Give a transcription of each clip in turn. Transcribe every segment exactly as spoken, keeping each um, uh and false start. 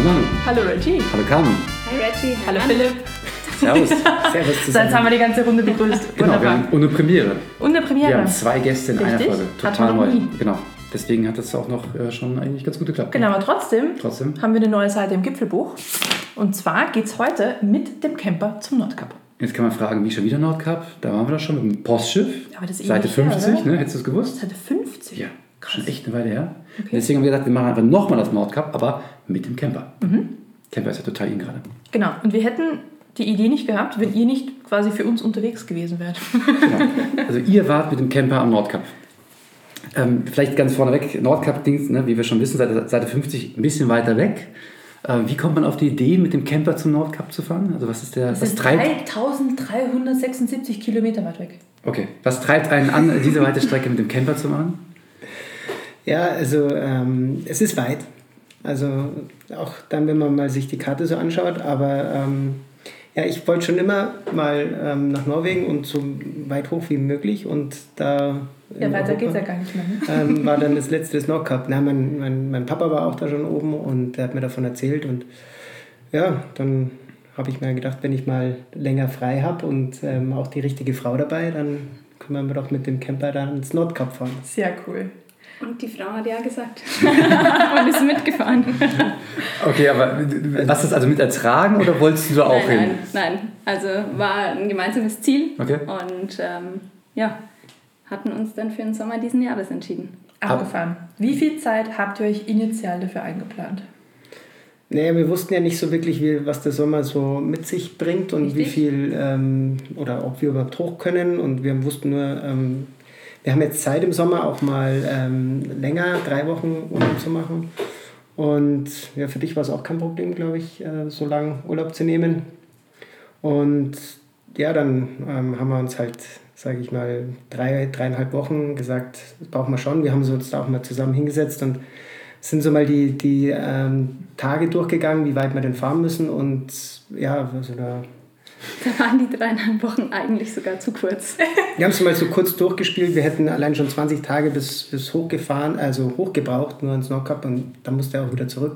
Hallo Manu. Hallo Reggie. Hallo Carmen. Hi Reggie. Hallo Philipp. Servus. Servus zusammen. Jetzt haben wir die ganze Runde begrüßt. Genau, wir haben eine Premiere. Und eine Premiere. Wir haben zwei Gäste in Richtig? einer Folge. Total Hatten wir neu. noch nie. Genau. Deswegen hat das auch noch äh, schon eigentlich ganz gut geklappt. Genau, aber trotzdem, Trotzdem. haben wir eine neue Seite im Gipfelbuch. Und zwar geht es heute mit dem Camper zum Nordkap. Jetzt kann man fragen, wie schon wieder Nordkap? Da waren wir doch schon mit dem Postschiff. Aber das ist Seite ewig her, fünfzig, oder? ne? Hättest du es gewusst? Seite fünfzig? Ja, Krass. schon echt eine Weile her. Okay. Deswegen haben wir gesagt, wir machen einfach nochmal das Nordkap, aber mit dem Camper. Mhm. Camper ist ja total in gerade. Genau, und wir hätten die Idee nicht gehabt, wenn ihr nicht quasi für uns unterwegs gewesen wärt. Genau. Also ihr wart mit dem Camper am Nordkap. Ähm, vielleicht ganz vorneweg, Nordkap-Dings, ne, wie wir schon wissen, Seite, Seite fünfzig, ein bisschen weiter weg. Ähm, wie kommt man auf die Idee, mit dem Camper zum Nordkap zu fahren? Also was ist der, Das was sind treibt? dreitausenddreihundertsechsundsiebzig Kilometer weit weg. Okay, was treibt einen an, diese weite Strecke mit dem Camper zu machen? Ja, also ähm, es ist weit. Also auch dann, wenn man mal sich die Karte so anschaut. Aber ähm, ja, ich wollte schon immer mal ähm, nach Norwegen und so weit hoch wie möglich. Und da Ja, weiter geht es ja gar nicht mehr. Ne? ähm, war dann das letzte das Nordkap. Na, mein, mein, mein Papa war auch da schon oben und der hat mir davon erzählt. Und ja, dann habe ich mir gedacht, wenn ich mal länger frei habe und ähm, auch die richtige Frau dabei, dann können wir doch mit dem Camper dann ins Nordkap fahren. Sehr cool. Und die Frau hat ja gesagt. Und ist mitgefahren. Okay, aber hast du das also mit ertragen oder wolltest du da auch nein, hin? nein, nein. Also war ein gemeinsames Ziel. Okay. Und ähm, ja, hatten uns dann für den Sommer diesen Jahres entschieden. Abgefahren. Wie viel Zeit habt ihr euch initial dafür eingeplant? Naja, wir wussten ja nicht so wirklich, wie, was der Sommer so mit sich bringt und Richtig. wie viel ähm, oder ob wir überhaupt hoch können. Und wir wussten nur, ähm, wir haben jetzt Zeit im Sommer auch mal ähm, länger, drei Wochen Urlaub zu machen. Und ja, für dich war es auch kein Problem, glaube ich, äh, so lange Urlaub zu nehmen. Und ja, dann ähm, haben wir uns halt, sage ich mal, drei, dreieinhalb Wochen gesagt, das brauchen wir schon. Wir haben uns da auch mal zusammen hingesetzt und sind so mal die, die ähm, Tage durchgegangen, wie weit wir denn fahren müssen. Und ja, also da... Da waren die dreieinhalb Wochen eigentlich sogar zu kurz. Wir haben es mal so kurz durchgespielt. Wir hätten allein schon zwanzig Tage bis, bis hochgefahren, also hochgebraucht, nur ins Nordkap. Und dann musste er auch wieder zurück.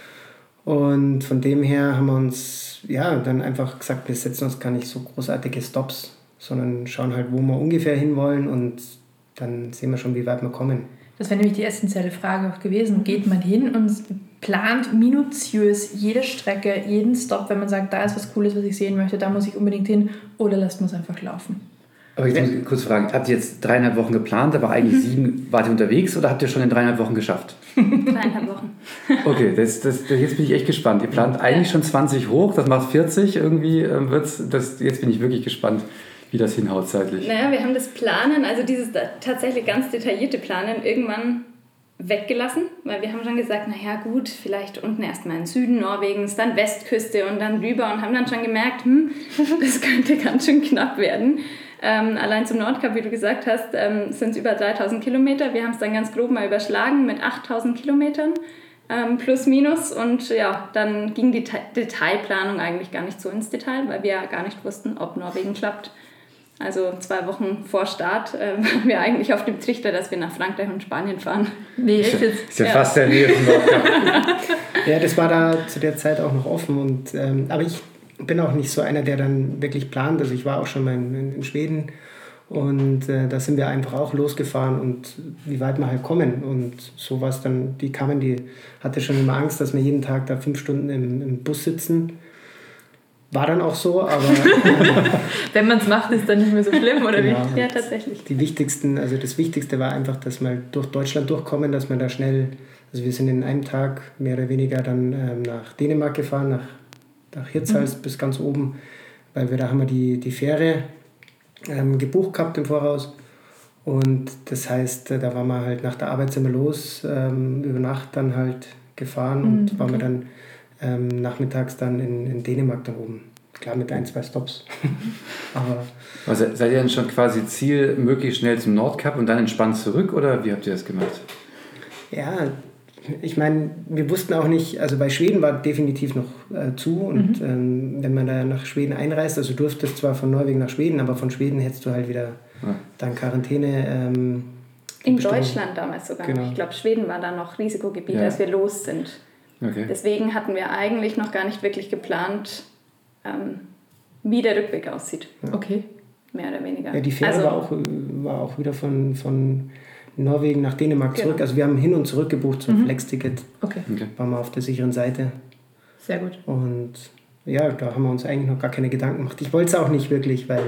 Und von dem her haben wir uns ja dann einfach gesagt, wir setzen uns gar nicht so großartige Stops, sondern schauen halt, wo wir ungefähr hinwollen. Und dann sehen wir schon, wie weit wir kommen. Das wäre nämlich die essentielle Frage auch gewesen. Geht man hin und plant minutiös jede Strecke, jeden Stop, wenn man sagt, da ist was Cooles, was ich sehen möchte, da muss ich unbedingt hin, oder lasst man es einfach laufen? Aber jetzt muss ich kurz fragen, habt ihr jetzt dreieinhalb Wochen geplant, aber eigentlich sieben wart ihr unterwegs oder habt ihr schon in dreieinhalb Wochen geschafft? Dreieinhalb Wochen. Okay, das, das, jetzt bin ich echt gespannt. Ihr plant eigentlich schon zwanzig hoch, das macht vierzig, irgendwie ähm, wird's, das, jetzt bin ich wirklich gespannt, wie das hinhaut zeitlich. Naja, wir haben das Planen, also dieses tatsächlich ganz detaillierte Planen, irgendwann weggelassen, weil wir haben schon gesagt, naja gut, vielleicht unten erstmal in Süden Norwegens, dann Westküste und dann rüber und haben dann schon gemerkt, hm, das könnte ganz schön knapp werden. Ähm, allein zum Nordkap, wie du gesagt hast, ähm, sind es über dreitausend Kilometer. Wir haben es dann ganz grob mal überschlagen mit achttausend Kilometern ähm, plus minus und ja, dann ging die Te- Detailplanung eigentlich gar nicht so ins Detail, weil wir ja gar nicht wussten, ob Norwegen klappt. Also zwei Wochen vor Start äh, waren wir eigentlich auf dem Trichter, dass wir nach Frankreich und Spanien fahren. Nee, echt jetzt? Ist ja, ja fast der Nähe vom Nordkap. Ja, das war da zu der Zeit auch noch offen. Und, ähm, aber ich bin auch nicht so einer, der dann wirklich plant. Also ich war auch schon mal in, in Schweden und äh, da sind wir einfach auch losgefahren und wie weit wir halt kommen. Und so war es dann, die kamen, die hatte schon immer Angst, dass wir jeden Tag da fünf Stunden im, im Bus sitzen. War dann auch so, aber... Wenn man es macht, ist dann nicht mehr so schlimm, oder genau, wie? Ja, tatsächlich. Die wichtigsten, also das Wichtigste war einfach, dass wir durch Deutschland durchkommen, dass wir da schnell... Also wir sind in einem Tag mehr oder weniger dann ähm, nach Dänemark gefahren, nach, nach Hirtshals mhm. bis ganz oben, weil wir da haben wir die, die Fähre ähm, gebucht gehabt im Voraus. Und das heißt, da waren wir halt nach der Arbeit sind wir los, ähm, über Nacht dann halt gefahren mhm, und waren okay. wir dann ähm, nachmittags dann in, in Dänemark da oben. Klar, mit ein, zwei Stops. Aber also seid ihr dann schon quasi Ziel, möglichst schnell zum Nordkap und dann entspannt zurück, oder wie habt ihr das gemacht? ja, ich meine, wir wussten auch nicht, also bei Schweden war definitiv noch äh, zu und mhm. ähm, wenn man da nach Schweden einreist, also du durftest zwar von Norwegen nach Schweden, aber von Schweden hättest du halt wieder ja. dann Quarantäne. Ähm, In Deutschland damals sogar genau. noch. Ich glaube, Schweden war da noch Risikogebiet, ja. als wir los sind. Okay. Deswegen hatten wir eigentlich noch gar nicht wirklich geplant, ähm, wie der Rückweg aussieht. Okay. Mehr oder weniger. Ja, die Fähre also, war, auch, war auch wieder von, von Norwegen nach Dänemark Genau. zurück. Also wir haben hin und zurück gebucht, so ein Mhm. Flex-Ticket. Okay, Okay. Waren wir auf der sicheren Seite. sehr gut. Und ja, da haben wir uns eigentlich noch gar keine Gedanken gemacht. Ich wollte es auch nicht wirklich, weil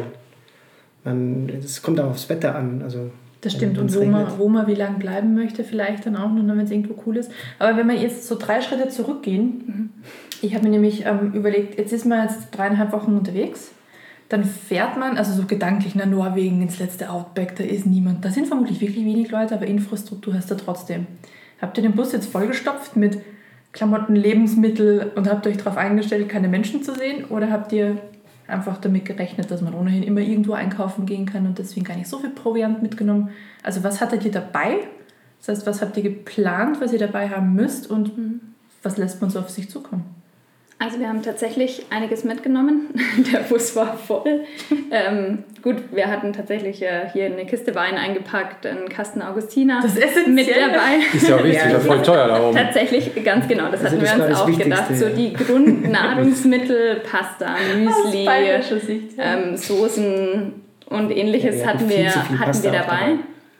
man, es kommt auch aufs Wetter an. Also Das stimmt. wenn Und es wo man, regnet. wo man wie lange bleiben möchte, vielleicht dann auch noch, wenn es irgendwo cool ist. Aber wenn wir jetzt so drei Schritte zurückgehen, ich habe mir nämlich ähm, überlegt, jetzt ist man jetzt dreieinhalb Wochen unterwegs, dann fährt man, also so gedanklich nach Norwegen ins letzte Outback, da ist niemand. Da sind vermutlich wirklich wenig Leute, aber Infrastruktur hast du trotzdem. Habt ihr den Bus jetzt vollgestopft mit Klamotten, Lebensmittel und habt euch darauf eingestellt, keine Menschen zu sehen? Oder habt ihr einfach damit gerechnet, dass man ohnehin immer irgendwo einkaufen gehen kann und deswegen gar nicht so viel Proviant mitgenommen? Also was hattet ihr dabei? Das heißt, was habt ihr geplant, was ihr dabei haben müsst und was lässt man so auf sich zukommen? Also wir haben tatsächlich einiges mitgenommen. Der Bus war voll. ähm, gut, wir hatten tatsächlich äh, hier eine Kiste Wein eingepackt, einen Kasten Augustiner Das Essentielle. mit dabei. Ist ja auch wichtig, Ja, ja, voll teuer da oben. Tatsächlich, ganz genau, das Also hatten das wir war uns das auch gedacht. Wichtigste, So die Grundnahrungsmittel, Pasta, Müsli, Sicht. ähm, Soßen und ähnliches Ja, wir hatten hatten, viel wir, zu viel hatten Pasta wir auch dabei. dabei.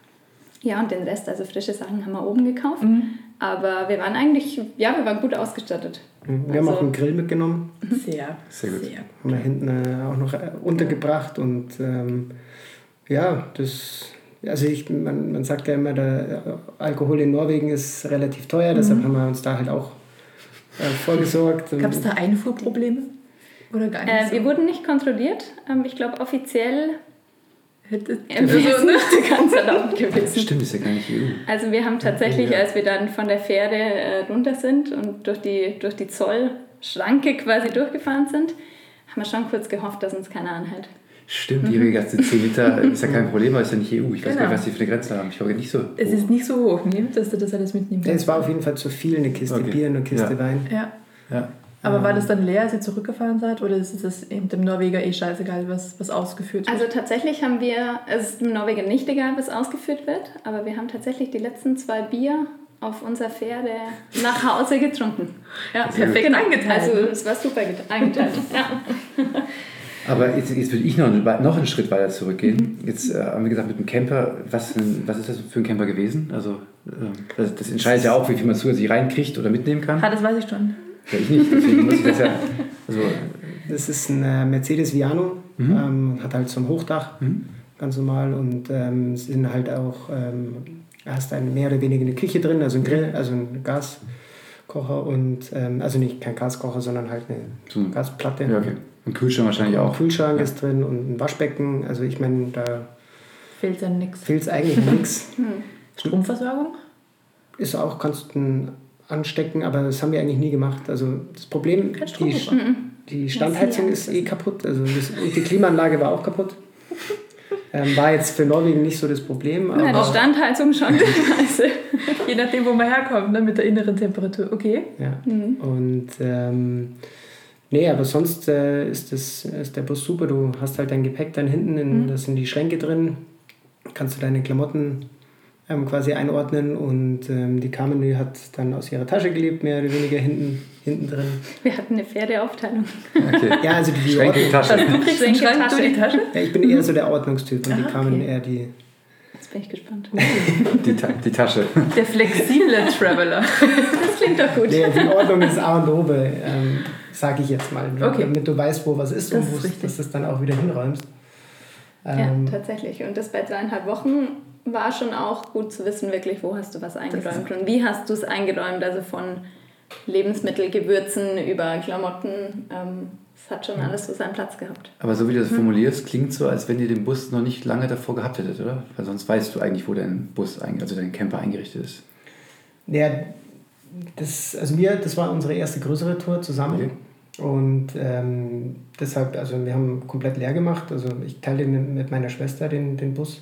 Ja, und den Rest, also frische Sachen, haben wir oben gekauft. Mhm. Aber wir waren eigentlich, ja, wir waren gut ausgestattet. Wir haben Also- auch einen Grill mitgenommen. Sehr, Sehr gut. sehr. Haben wir hinten äh, auch noch äh, untergebracht. Und ähm, ja, das... Also ich, man, man sagt ja immer, der Alkohol in Norwegen ist relativ teuer. Deshalb haben wir uns da halt auch äh, vorgesorgt. Und- Gab es da Einfuhrprobleme? Oder gar nicht Äh, so? wir wurden nicht kontrolliert. Ähm, ich glaube, offiziell Hätte- äh, wäre es nicht ganz erlaubt gewesen. Stimmt, ist ja gar nicht E U. Also wir haben tatsächlich, Ja. als wir dann von der Fähre äh, runter sind und durch die, durch die Zollschranke quasi durchgefahren sind, haben wir schon kurz gehofft, dass uns keiner anhält. Stimmt, ihre ganze zehn Liter ist ja kein Problem, weil es ja nicht E U. Ich weiß Genau. gar nicht, was die für eine Grenze haben. Ich glaube nicht so. Es ist nicht so hoch, ne, dass du das alles mitnehmen Ja, kannst. es war auf jeden Fall zu viel, eine Kiste Okay. Bier, eine Kiste Ja. Wein. Ja. Ja. Aber war das dann leer, als ihr zurückgefahren seid? Oder ist es eben dem Norweger eh scheißegal, was, was ausgeführt wird? Also tatsächlich haben wir, es ist im Norwegen nicht egal, was ausgeführt wird, aber wir haben tatsächlich die letzten zwei Bier auf unserer Fähre nach Hause getrunken. Ja, perfekt eingeteilt. Also es war super get- eingeteilt. Ja. Aber jetzt, jetzt würde ich noch, einen- noch einen Schritt weiter zurückgehen. Jetzt äh, haben wir gesagt, mit dem Camper, was, denn- was ist das für ein Camper gewesen? Also ähm, das, das entscheidet ja auch, wie viel man zusätzlich reinkriegt oder mitnehmen kann. Ah, das weiß ich schon. Ja, ich nicht, deswegen muss ich das ja... Also, Das ist ein äh, Mercedes Viano, Mhm. ähm, hat halt so ein Hochdach, Mhm. ganz normal. Und ähm, sind halt auch, ähm, hast ein mehr oder weniger eine Küche drin, also ein Grill, also ein Gaskocher und, ähm, also nicht kein Gaskocher, sondern halt eine So ein- Gasplatte. ja, okay. Und Kühlschrank wahrscheinlich Ein auch. Kühlschrank Ja. ist drin und ein Waschbecken. Also ich meine, da Fehlt dann nichts. fehlt es eigentlich nichts. Stromversorgung? Ist auch, kannst du anstecken, aber das haben wir eigentlich nie gemacht. Also das Problem, Kein Strom, die, oder? die Standheizung Ja, ist eh kaputt. Also das, und die Klimaanlage war auch kaputt. Ähm, war jetzt für Norwegen nicht so das Problem. Ja, die Aber, Standheizung schon teilweise. Je nachdem, wo man herkommt, ne, mit der inneren Temperatur. Okay. ja. Und ähm, nee, aber sonst äh, ist, das, ist der Bus super. Du hast halt dein Gepäck dann hinten, in, da sind die Schränke drin. Kannst du deine Klamotten ähm, quasi einordnen und ähm, die Carmen, die hat dann aus ihrer Tasche gelebt, mehr oder weniger hinten, hinten drin. Wir hatten eine Pferdeaufteilung. Okay. Ja, also die Schränke, Ordnung, Tasche. Du kriegst den Schränke, Schrank, du die Tasche? ja, ich bin eher so der Ordnungstyp und Ah, die Carmen okay. eher die... Jetzt bin ich gespannt. Die, Ta die Tasche. Der flexible Traveler. Das klingt doch gut. Nee, die Ordnung ist A und O, ähm, sage ich jetzt mal, Okay. damit du weißt, wo was ist Das und ist wo richtig. dass du es dann auch wieder hinräumst. Ja, Ähm, tatsächlich. Und das bei dreieinhalb Wochen war schon auch gut zu wissen, wirklich, wo hast du was eingeräumt und wie hast du es eingeräumt. Also von Lebensmittel, Gewürzen über Klamotten. Ähm, es hat schon alles so seinen Platz gehabt. Aber so wie du das formulierst, klingt so, als wenn ihr den Bus noch nicht lange davor gehabt hättet, oder? Weil sonst weißt du eigentlich, wo dein Bus, ein- also dein Camper eingerichtet ist. Ja, das, also wir, das war unsere erste größere Tour zusammen. Okay. Und ähm, deshalb, also wir haben komplett leer gemacht. Also ich teile mit, mit meiner Schwester den, den Bus.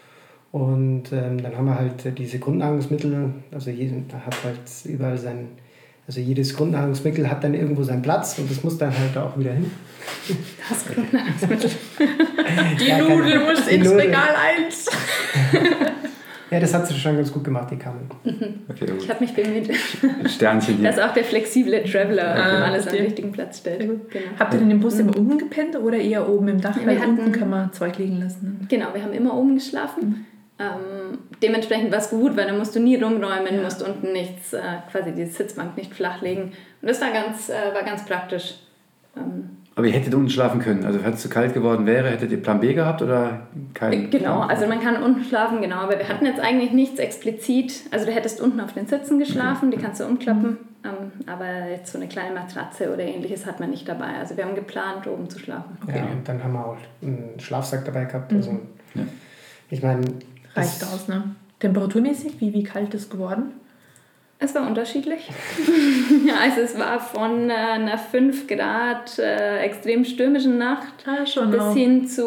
Und ähm, dann haben wir halt äh, diese Grundnahrungsmittel, also jeden, da hat halt überall sein, also jedes Grundnahrungsmittel hat dann irgendwo seinen Platz und das muss dann halt auch wieder hin. Das Grundnahrungsmittel. Die Ja, Nudel keine- muss die ins Nudel. Regal eins. Ja, das hat sie schon ganz gut gemacht, die Carmen. Okay, ich habe mich bemüht. Sternchen hier. Dass auch der flexible Traveler Ah, alles okay. am richtigen Platz stellt. Genau. Habt ihr denn im Bus immer unten gepennt oder eher oben im Dach? Wir Weil hatten- unten kann man Zeug liegen lassen. Genau, wir haben immer oben geschlafen. Ähm, dementsprechend war es gut, weil da musst du nie rumräumen, musst unten nichts, äh, quasi die Sitzbank nicht flachlegen. Und das war ganz, äh, war ganz praktisch. Ähm, Aber ihr hättet unten schlafen können. Also falls es zu kalt geworden wäre, hättet ihr Plan B gehabt oder keinen? Genau, also man kann unten schlafen, genau, aber wir hatten jetzt eigentlich nichts explizit. Also du hättest unten auf den Sitzen geschlafen, die kannst du umklappen, ähm, aber jetzt so eine kleine Matratze oder ähnliches hat man nicht dabei. Also wir haben geplant, oben zu schlafen. Ja, und dann haben wir auch einen Schlafsack dabei gehabt. Also, Ja. ich meine, Reicht das- aus, ne? Temperaturmäßig, wie, wie kalt ist es geworden? Es war unterschiedlich. Ja, also es war von äh, einer fünf Grad äh, extrem stürmischen Nacht Ah, schon bis auch. hin zu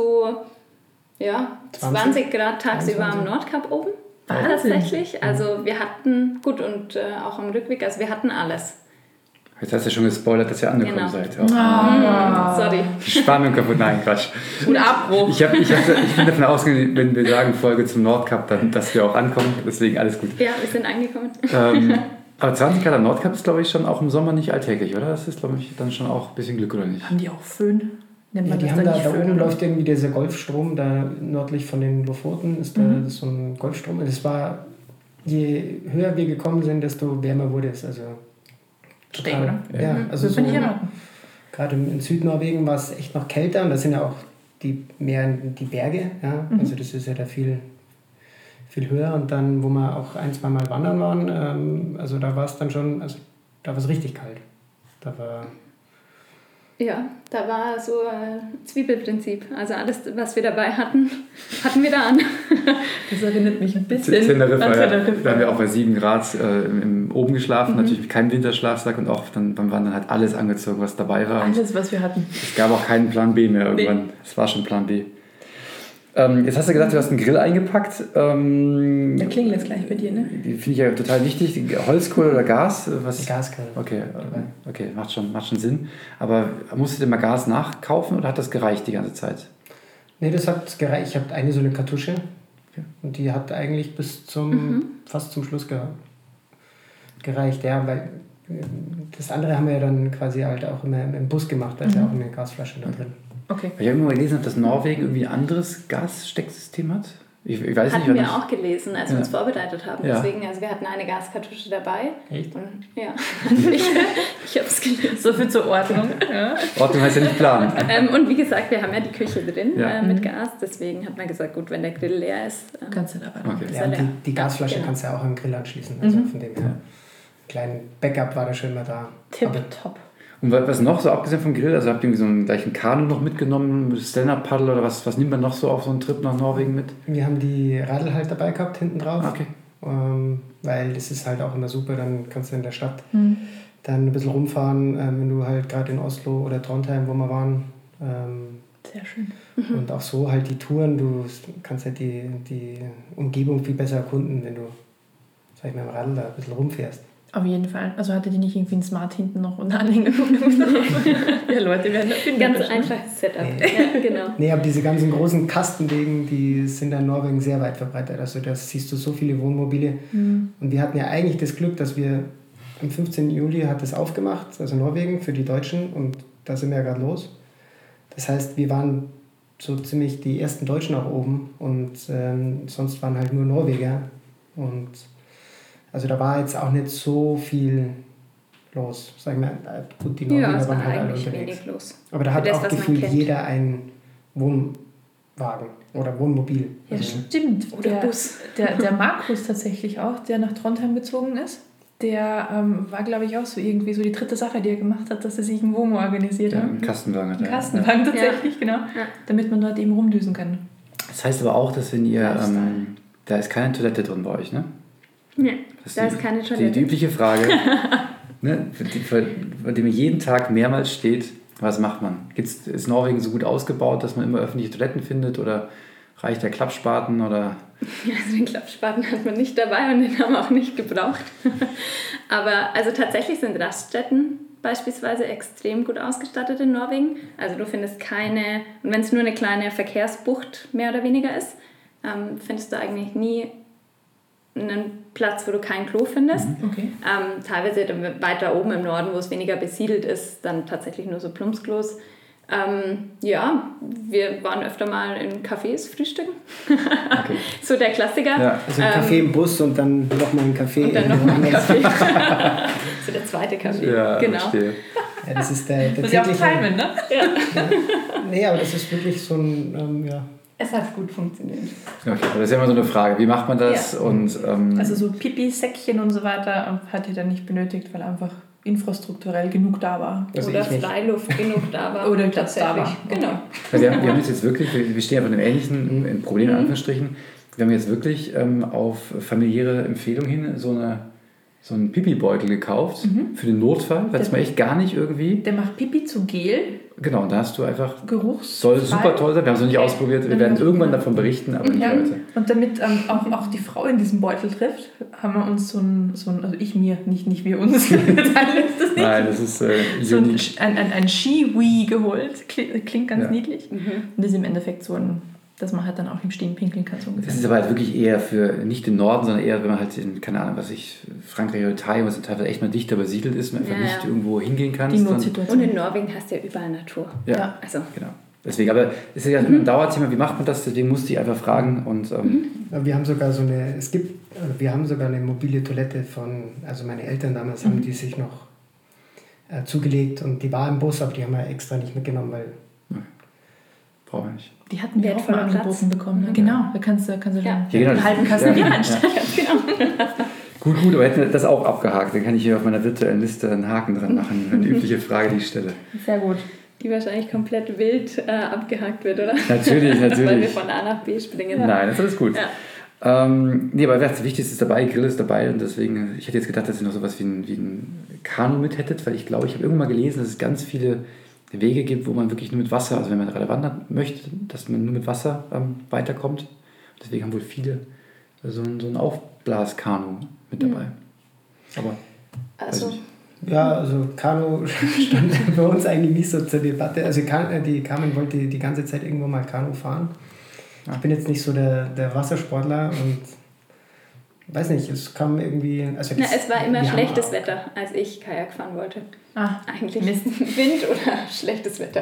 ja, zwanzig? zwanzig Grad tagsüber am dreiundzwanzig? Nordkap oben. Wahnsinn. Tatsächlich. Also wir hatten, gut und äh, auch am Rückweg, also wir hatten alles. Jetzt hast du ja schon gespoilert, dass ihr angekommen Genau. seid. Auch Ah. Sorry. die Spannung kaputt. Nein, Quatsch. Und Abbruch. Ich, hab, ich, hab, ich bin davon ausgegangen, wenn wir sagen Folge zum Nordkap, dann, dass wir auch ankommen. Deswegen alles gut. Ja, wir sind angekommen. Ähm, aber zwanzig Grad am Nordkap ist, glaube ich, schon auch im Sommer nicht alltäglich, oder? Das ist, glaube ich, dann schon auch ein bisschen Glück, oder nicht? Haben die auch Föhn? Nennt Ja, man die das haben dann da, nicht da Föhn? oben oder? läuft irgendwie dieser Golfstrom, da nördlich von den Lofoten ist da Mhm. das ist so ein Golfstrom. Und es war, je höher wir gekommen sind, desto wärmer wurde es. Also Streng, oder? Ja, Mhm. also Das so, würde ich erwarten. gerade in Südnorwegen war es echt noch kälter und da sind ja auch die mehr die Berge. Ja? Mhm. Also das ist ja da viel, viel höher. Und dann, wo wir auch ein, zwei Mal wandern waren, ähm, also da war es dann schon, also da war es richtig kalt. Da war Ja, da war so ein Zwiebelprinzip. Also alles, was wir dabei hatten, hatten wir da an. Das erinnert mich ein bisschen Teneriffa, an ja. Teneriffa. Da haben wir auch bei sieben Grad äh, im, im, oben geschlafen, Mhm. natürlich mit keinem Winterschlafsack und auch dann beim Wandern halt alles angezogen, was dabei war. Und Alles, was wir hatten. es gab auch keinen Plan B mehr irgendwann. Es war schon Plan B. Ähm, jetzt hast du gesagt, du hast einen Grill eingepackt. Ähm, Da klingelt es gleich bei dir, ne? die finde ich ja total wichtig. Holzkohle oder Gas? Was? Gasgrill. Okay, äh, okay, macht schon, macht schon Sinn. Aber musst du dir mal Gas nachkaufen oder hat das gereicht die ganze Zeit? Nee, das hat gereicht. Ich habe eine so eine Kartusche und die hat eigentlich bis zum fast zum Schluss ge gereicht. Ja, weil äh, das andere haben wir ja dann quasi halt auch immer im Bus gemacht. Da ist ja auch eine Gasflasche da drin. Okay. Ich habe immer gelesen, dass Norwegen irgendwie ein anderes Gasstecksystem hat. Ich, ich weiß Hatten nicht, wir ich- auch gelesen, als wir Ja. uns vorbereitet haben. Ja. Deswegen, also wir hatten eine Gaskartusche dabei. Echt? Und, ja, ich, ich habe es gelesen. So viel zur Ordnung. Ja. Ordnung heißt ja nicht planen. Ähm, und wie gesagt, wir haben ja die Küche drin Ja. äh, mit Gas. Deswegen hat man gesagt, gut, wenn der Grill leer ist. Ähm, Kannst du dabei. Okay. Ja, und die, die Gasflasche genau. kannst du ja auch am Grill anschließen. Also von dem her. Kleinen Backup war da schon immer da. Tipp, Aber top. Und wa- was noch so abgesehen vom Grill? Also habt ihr irgendwie so einen gleichen Kanu noch mitgenommen, Stand-Up-Paddle oder was, was nimmt man noch so auf so einen Trip nach Norwegen mit? wir haben die Radl halt dabei gehabt, hinten drauf. Okay. Ähm, weil das ist halt auch immer super, dann kannst du in der Stadt dann ein bisschen rumfahren, ähm, wenn du halt gerade in Oslo oder Trondheim, wo wir waren. Ähm, Sehr schön. Und auch so halt die Touren, du kannst halt die, die Umgebung viel besser erkunden, wenn du, sag ich mal, im Radl da ein bisschen rumfährst. Auf jeden Fall. Also hatte die nicht irgendwie ein Smart hinten noch und Anhänger? Ja, Leute werden das finden. Ganz einfaches Setup. Nee. Ja, genau. Nee, aber diese ganzen großen Kastenwegen, die sind in Norwegen sehr weit verbreitet. Also da siehst du so viele Wohnmobile. Und wir hatten ja eigentlich das Glück, dass wir am fünfzehnten Juli hat es aufgemacht, also Norwegen für die Deutschen, und da sind wir ja gerade los. Das heißt, wir waren so ziemlich die ersten Deutschen auch oben und ähm, sonst waren halt nur Norweger. Und also da war jetzt auch nicht so viel los. Sag ich mal, gut, die Norweger Ja, es waren war halt alle eigentlich unterwegs. wenig los. Aber da Für hat das, auch was man gefühlt kennt. jeder einen Wohnwagen oder Wohnmobil. Ja, Also, stimmt. Oder der, Bus. Der, der Markus tatsächlich auch, der nach Trondheim gezogen ist, der ähm, war, glaube ich, auch so irgendwie so die dritte Sache, die er gemacht hat, dass er sich ein Womo organisiert Ja, hat. einen Kastenwagen hat Ein er. Kastenwagen tatsächlich, genau. Damit man dort eben rumdüsen kann. Das heißt aber auch, dass wenn ihr, Lifestyle. ähm, da ist keine Toilette drin bei euch, ne? Nee, Das da die, ist keine Die, Toilette. die übliche Frage, ne, für die, für, bei dem jeden Tag mehrmals steht, was macht man? Gibt's, ist Norwegen so gut ausgebaut, dass man immer öffentliche Toiletten findet oder reicht der Klappspaten oder... Also den Klappspaten hat man nicht dabei und den haben wir auch nicht gebraucht. Aber also tatsächlich sind Raststätten beispielsweise extrem gut ausgestattet in Norwegen. Also du findest keine, und wenn es nur eine kleine Verkehrsbucht mehr oder weniger ist, ähm, findest du eigentlich nie einen Platz, wo du kein Klo findest. Mhm. Okay. Ähm, teilweise dann weiter oben im Norden, wo es weniger besiedelt ist, dann tatsächlich nur so Plumpsklos. Ähm, ja, wir waren öfter mal in Cafés frühstücken. Okay. So der Klassiker. Ja, also ein Café ähm, im Bus und dann nochmal ein Café. Und dann nochmal ein Café. So der zweite Kaffee. Ja, genau. Verstehe. Ja, das ist der, der muss ja auch timen, ne? Ja. Ja. Nee, aber das ist wirklich so ein, ähm, ja. Es hat gut funktioniert. Okay, das ist ja immer so eine Frage. Wie macht man das? Ja. Und, ähm, also so Pipi-Säckchen und so weiter hat ihr dann nicht benötigt, weil einfach infrastrukturell genug da war. Also Oder Freiluft genug da war. Oder Platz da war. Genau. Also wir, haben, wir haben jetzt wirklich, wir stehen ja von einem ähnlichen mhm. Problem, in Anführungsstrichen. Wir haben jetzt wirklich ähm, auf familiäre Empfehlung hin so eine so einen Pipi-Beutel gekauft mhm. für den Notfall, weil es mir echt gar nicht irgendwie... Der macht Pipi zu Gel. Genau, und da hast du einfach... Geruchs. Soll super toll sein, wir haben es noch nicht okay. ausprobiert, wir werden irgendwann davon berichten, aber nicht ja. heute. Und damit ähm, auch, auch die Frau in diesem Beutel trifft, haben wir uns so ein, so ein also ich mir, nicht, nicht wir uns, das nicht. Nein, das ist äh, so ein, ein, ein, ein Ski-Wee geholt, klingt ganz ja. niedlich. Mhm. Und das ist im Endeffekt so ein... dass man halt dann auch im Stehen pinkeln kann. So ungefähr. Das ist aber halt wirklich eher für nicht den Norden, sondern eher, wenn man halt in, keine Ahnung, was ich, Frankreich oder Italien, was teilweise echt mal dichter besiedelt ist, man einfach ja, nicht ja. irgendwo hingehen kann. Die Notsituation. Und in Norwegen hast du ja überall Natur. Ja, ja. Also. Genau. Deswegen, aber es ist ja mhm. ein Dauerthema, wie macht man das? Deswegen musste ich einfach fragen. Und, ähm mhm. Wir haben sogar so eine, es gibt, wir haben sogar eine mobile Toilette von, also meine Eltern damals mhm. haben die sich noch äh, zugelegt und die war im Bus, aber die haben wir extra nicht mitgenommen, weil... Okay. Brauchen wir nicht. Die hatten wir auch mal angeboten bekommen. Ne? Genau, da kannst du, kannst du ja. schon ja, einen halben Kasten Bier einstellen. Genau. Gut, gut, aber hätten wir das auch abgehakt. Dann kann ich hier auf meiner virtuellen Liste einen Haken dran machen, wenn die übliche Frage, die ich stelle. Sehr gut. Die wahrscheinlich komplett wild äh, abgehakt wird, oder? Natürlich, natürlich. Weil wir von A nach B springen. Ja. Nein, das ist alles gut. Ja. Ähm, nee, aber das Wichtigste ist dabei, Grill ist dabei und deswegen, ich hätte jetzt gedacht, dass ihr noch sowas wie ein, wie ein Kanu mit hättet, weil ich glaube, ich habe irgendwann mal gelesen, dass es ganz viele Wege gibt, wo man wirklich nur mit Wasser, also wenn man gerade wandern möchte, dass man nur mit Wasser ähm, weiterkommt. Deswegen haben wohl viele so ein, so ein Aufblaskanu mit dabei. Mhm. Aber also, ja, also Kanu stand bei uns eigentlich nicht so zur Debatte. Also die Carmen wollte die ganze Zeit irgendwo mal Kanu fahren. Ja. Ich bin jetzt nicht so der, der Wassersportler und weiß nicht, es kam irgendwie... Also Na, es war immer schlechtes Wetter, als ich Kajak fahren wollte. Ah, eigentlich Wind oder schlechtes Wetter.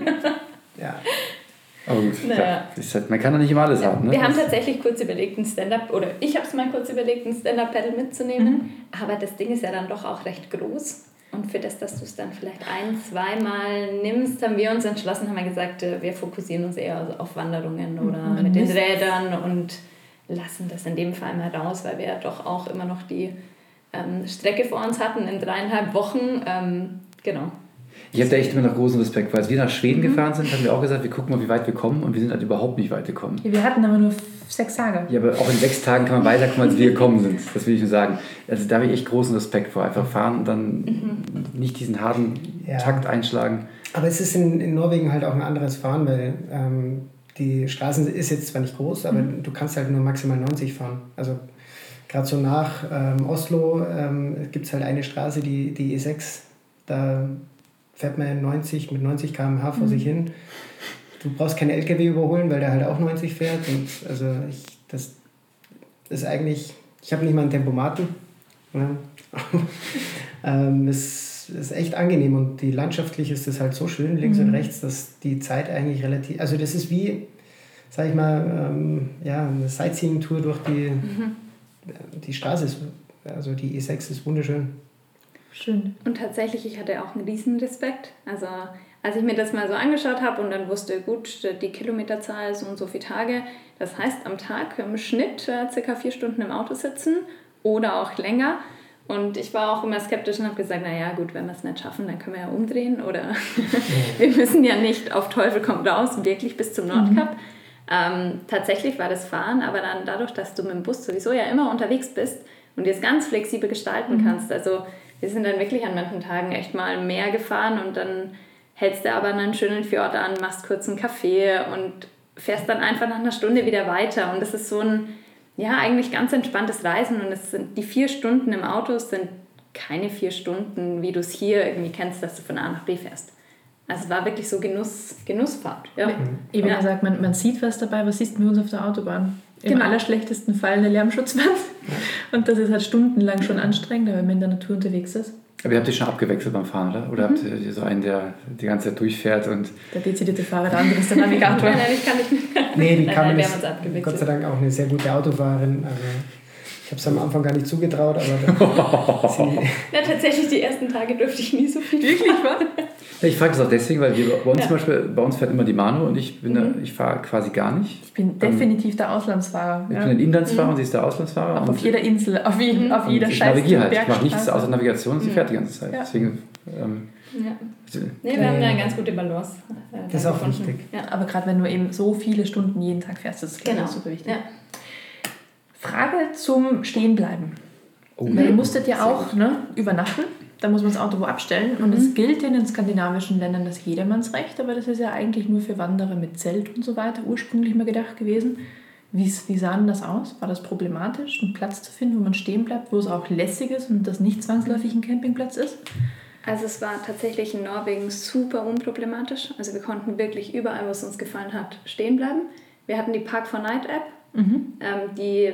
Ja. Aber gut, naja. ist halt, man kann doch nicht immer alles ja. haben. Ne? Wir haben tatsächlich kurz überlegt, ein Stand-up, oder ich habe es mal kurz überlegt, ein Stand-up-Paddle mitzunehmen, mhm. aber das Ding ist ja dann doch auch recht groß. Und für das, dass du es dann vielleicht ein-, zweimal nimmst, haben wir uns entschlossen, haben wir gesagt, wir fokussieren uns eher auf Wanderungen oder mhm. mit den Rädern und lassen das in dem Fall mal raus, weil wir ja doch auch immer noch die ähm, Strecke vor uns hatten in dreieinhalb Wochen. Ähm, genau. Ich habe da echt immer noch großen Respekt, weil als wir nach Schweden mhm. gefahren sind, haben wir auch gesagt, wir gucken mal, wie weit wir kommen und wir sind halt überhaupt nicht weit gekommen. Ja, wir hatten aber nur sechs Tage. Ja, aber auch in sechs Tagen kann man weiterkommen, als wir gekommen sind. Das will ich nur sagen. Also da habe ich echt großen Respekt vor. Einfach fahren und dann mhm. nicht diesen harten ja. Takt einschlagen. Aber es ist in, in Norwegen halt auch ein anderes Fahren, weil ähm, die Straße ist jetzt zwar nicht groß, aber mhm. du kannst halt nur maximal neunzig fahren. Also gerade so nach ähm, Oslo ähm, gibt es halt eine Straße, die, die E sechs, da fährt man neunzig mit neunzig Kilometer pro Stunde vor mhm. sich hin. Du brauchst keinen L K W überholen, weil der halt auch neunzig fährt. Und also ich, das ist eigentlich, ich habe nicht mal einen Tempomaten. Ja. ähm, es ist echt angenehm und die landschaftlich ist das halt so schön, links mhm. und rechts, dass die Zeit eigentlich relativ, also das ist wie, sag ich mal, ähm, ja, eine Sightseeing-Tour durch die, mhm. die Straße. Ist, also die E sechs ist wunderschön. Schön. Und tatsächlich, ich hatte auch einen riesen Respekt. Also als ich mir das mal so angeschaut habe und dann wusste, gut, die Kilometerzahl so und so viele Tage. Das heißt, am Tag im Schnitt äh, circa vier Stunden im Auto sitzen oder auch länger. Und ich war auch immer skeptisch und habe gesagt, naja gut, wenn wir es nicht schaffen, dann können wir ja umdrehen. Oder wir müssen ja nicht auf Teufel komm raus, wirklich bis zum Nordkap. Mhm. Ähm, tatsächlich war das Fahren, aber dann dadurch, dass du mit dem Bus sowieso ja immer unterwegs bist und dir es ganz flexibel gestalten mhm. kannst. Also wir sind dann wirklich an manchen Tagen echt mal mehr gefahren und dann hältst du aber einen schönen Fjord an, machst kurz einen Kaffee und fährst dann einfach nach einer Stunde wieder weiter. Und das ist so ein, ja, eigentlich ganz entspanntes Reisen. Und es sind die vier Stunden im Auto sind keine vier Stunden, wie du es hier irgendwie kennst, dass du von A nach B fährst. Also es war wirklich so Genuss, Genussfahrt. Ja. Mhm. Eben ja. gesagt, man, man sieht was dabei. Was siehst du mit uns auf der Autobahn? Im genau. allerschlechtesten Fall eine Lärmschutzwand. Ja. Und das ist halt stundenlang schon anstrengend, wenn man in der Natur unterwegs ist. Aber ihr habt dich schon abgewechselt beim Fahren, oder? Oder mhm. habt ihr so einen, der die ganze Zeit durchfährt? Und der dezidierte Fahrer, der andere ist der Navigator. Nein, nein, ich kann nicht mehr. Nee, die Karin ist Gott sei Dank auch eine sehr gute Autofahrerin. Also ich habe es am Anfang gar nicht zugetraut, aber sie ja, tatsächlich die ersten Tage durfte ich nie so viel Wirklich, wa? Ich frage das auch deswegen, weil wir, bei uns ja. zum Beispiel, bei uns fährt immer die Manu und ich bin mhm. da, ich fahre quasi gar nicht. Ich bin definitiv ähm, der Auslandsfahrer. Ich ja. bin ein Inlandsfahrer mhm. und sie ist der Auslandsfahrer. Auch auf jeder Insel, auf, jeden, auf jeder ich Scheiß. Ich navigiere halt, ich mache nichts außer Navigation und sie mhm. fährt die ganze Zeit. Ja. Deswegen, ähm, ja. Nee, wir haben da eine ganz gute Balance. Äh, das ist auch gefunden. Wichtig. Ja. Aber gerade wenn du eben so viele Stunden jeden Tag fährst, das ist genau. super wichtig. Ja. Frage zum Stehenbleiben. Oh, Weil ihr musstet ja auch ne, übernachten. Da muss man das Auto wo abstellen. Und es mhm. gilt in den skandinavischen Ländern das Jedermannsrecht, aber das ist ja eigentlich nur für Wanderer mit Zelt und so weiter ursprünglich mal gedacht gewesen. Wie, wie sah denn das aus? War das problematisch, einen Platz zu finden, wo man stehen bleibt, wo es auch lässig ist und das nicht zwangsläufig ein Campingplatz ist? Also es war tatsächlich in Norwegen super unproblematisch. Also wir konnten wirklich überall, wo es uns gefallen hat, stehen bleiben. Wir hatten die Park for Night App, mhm. ähm, die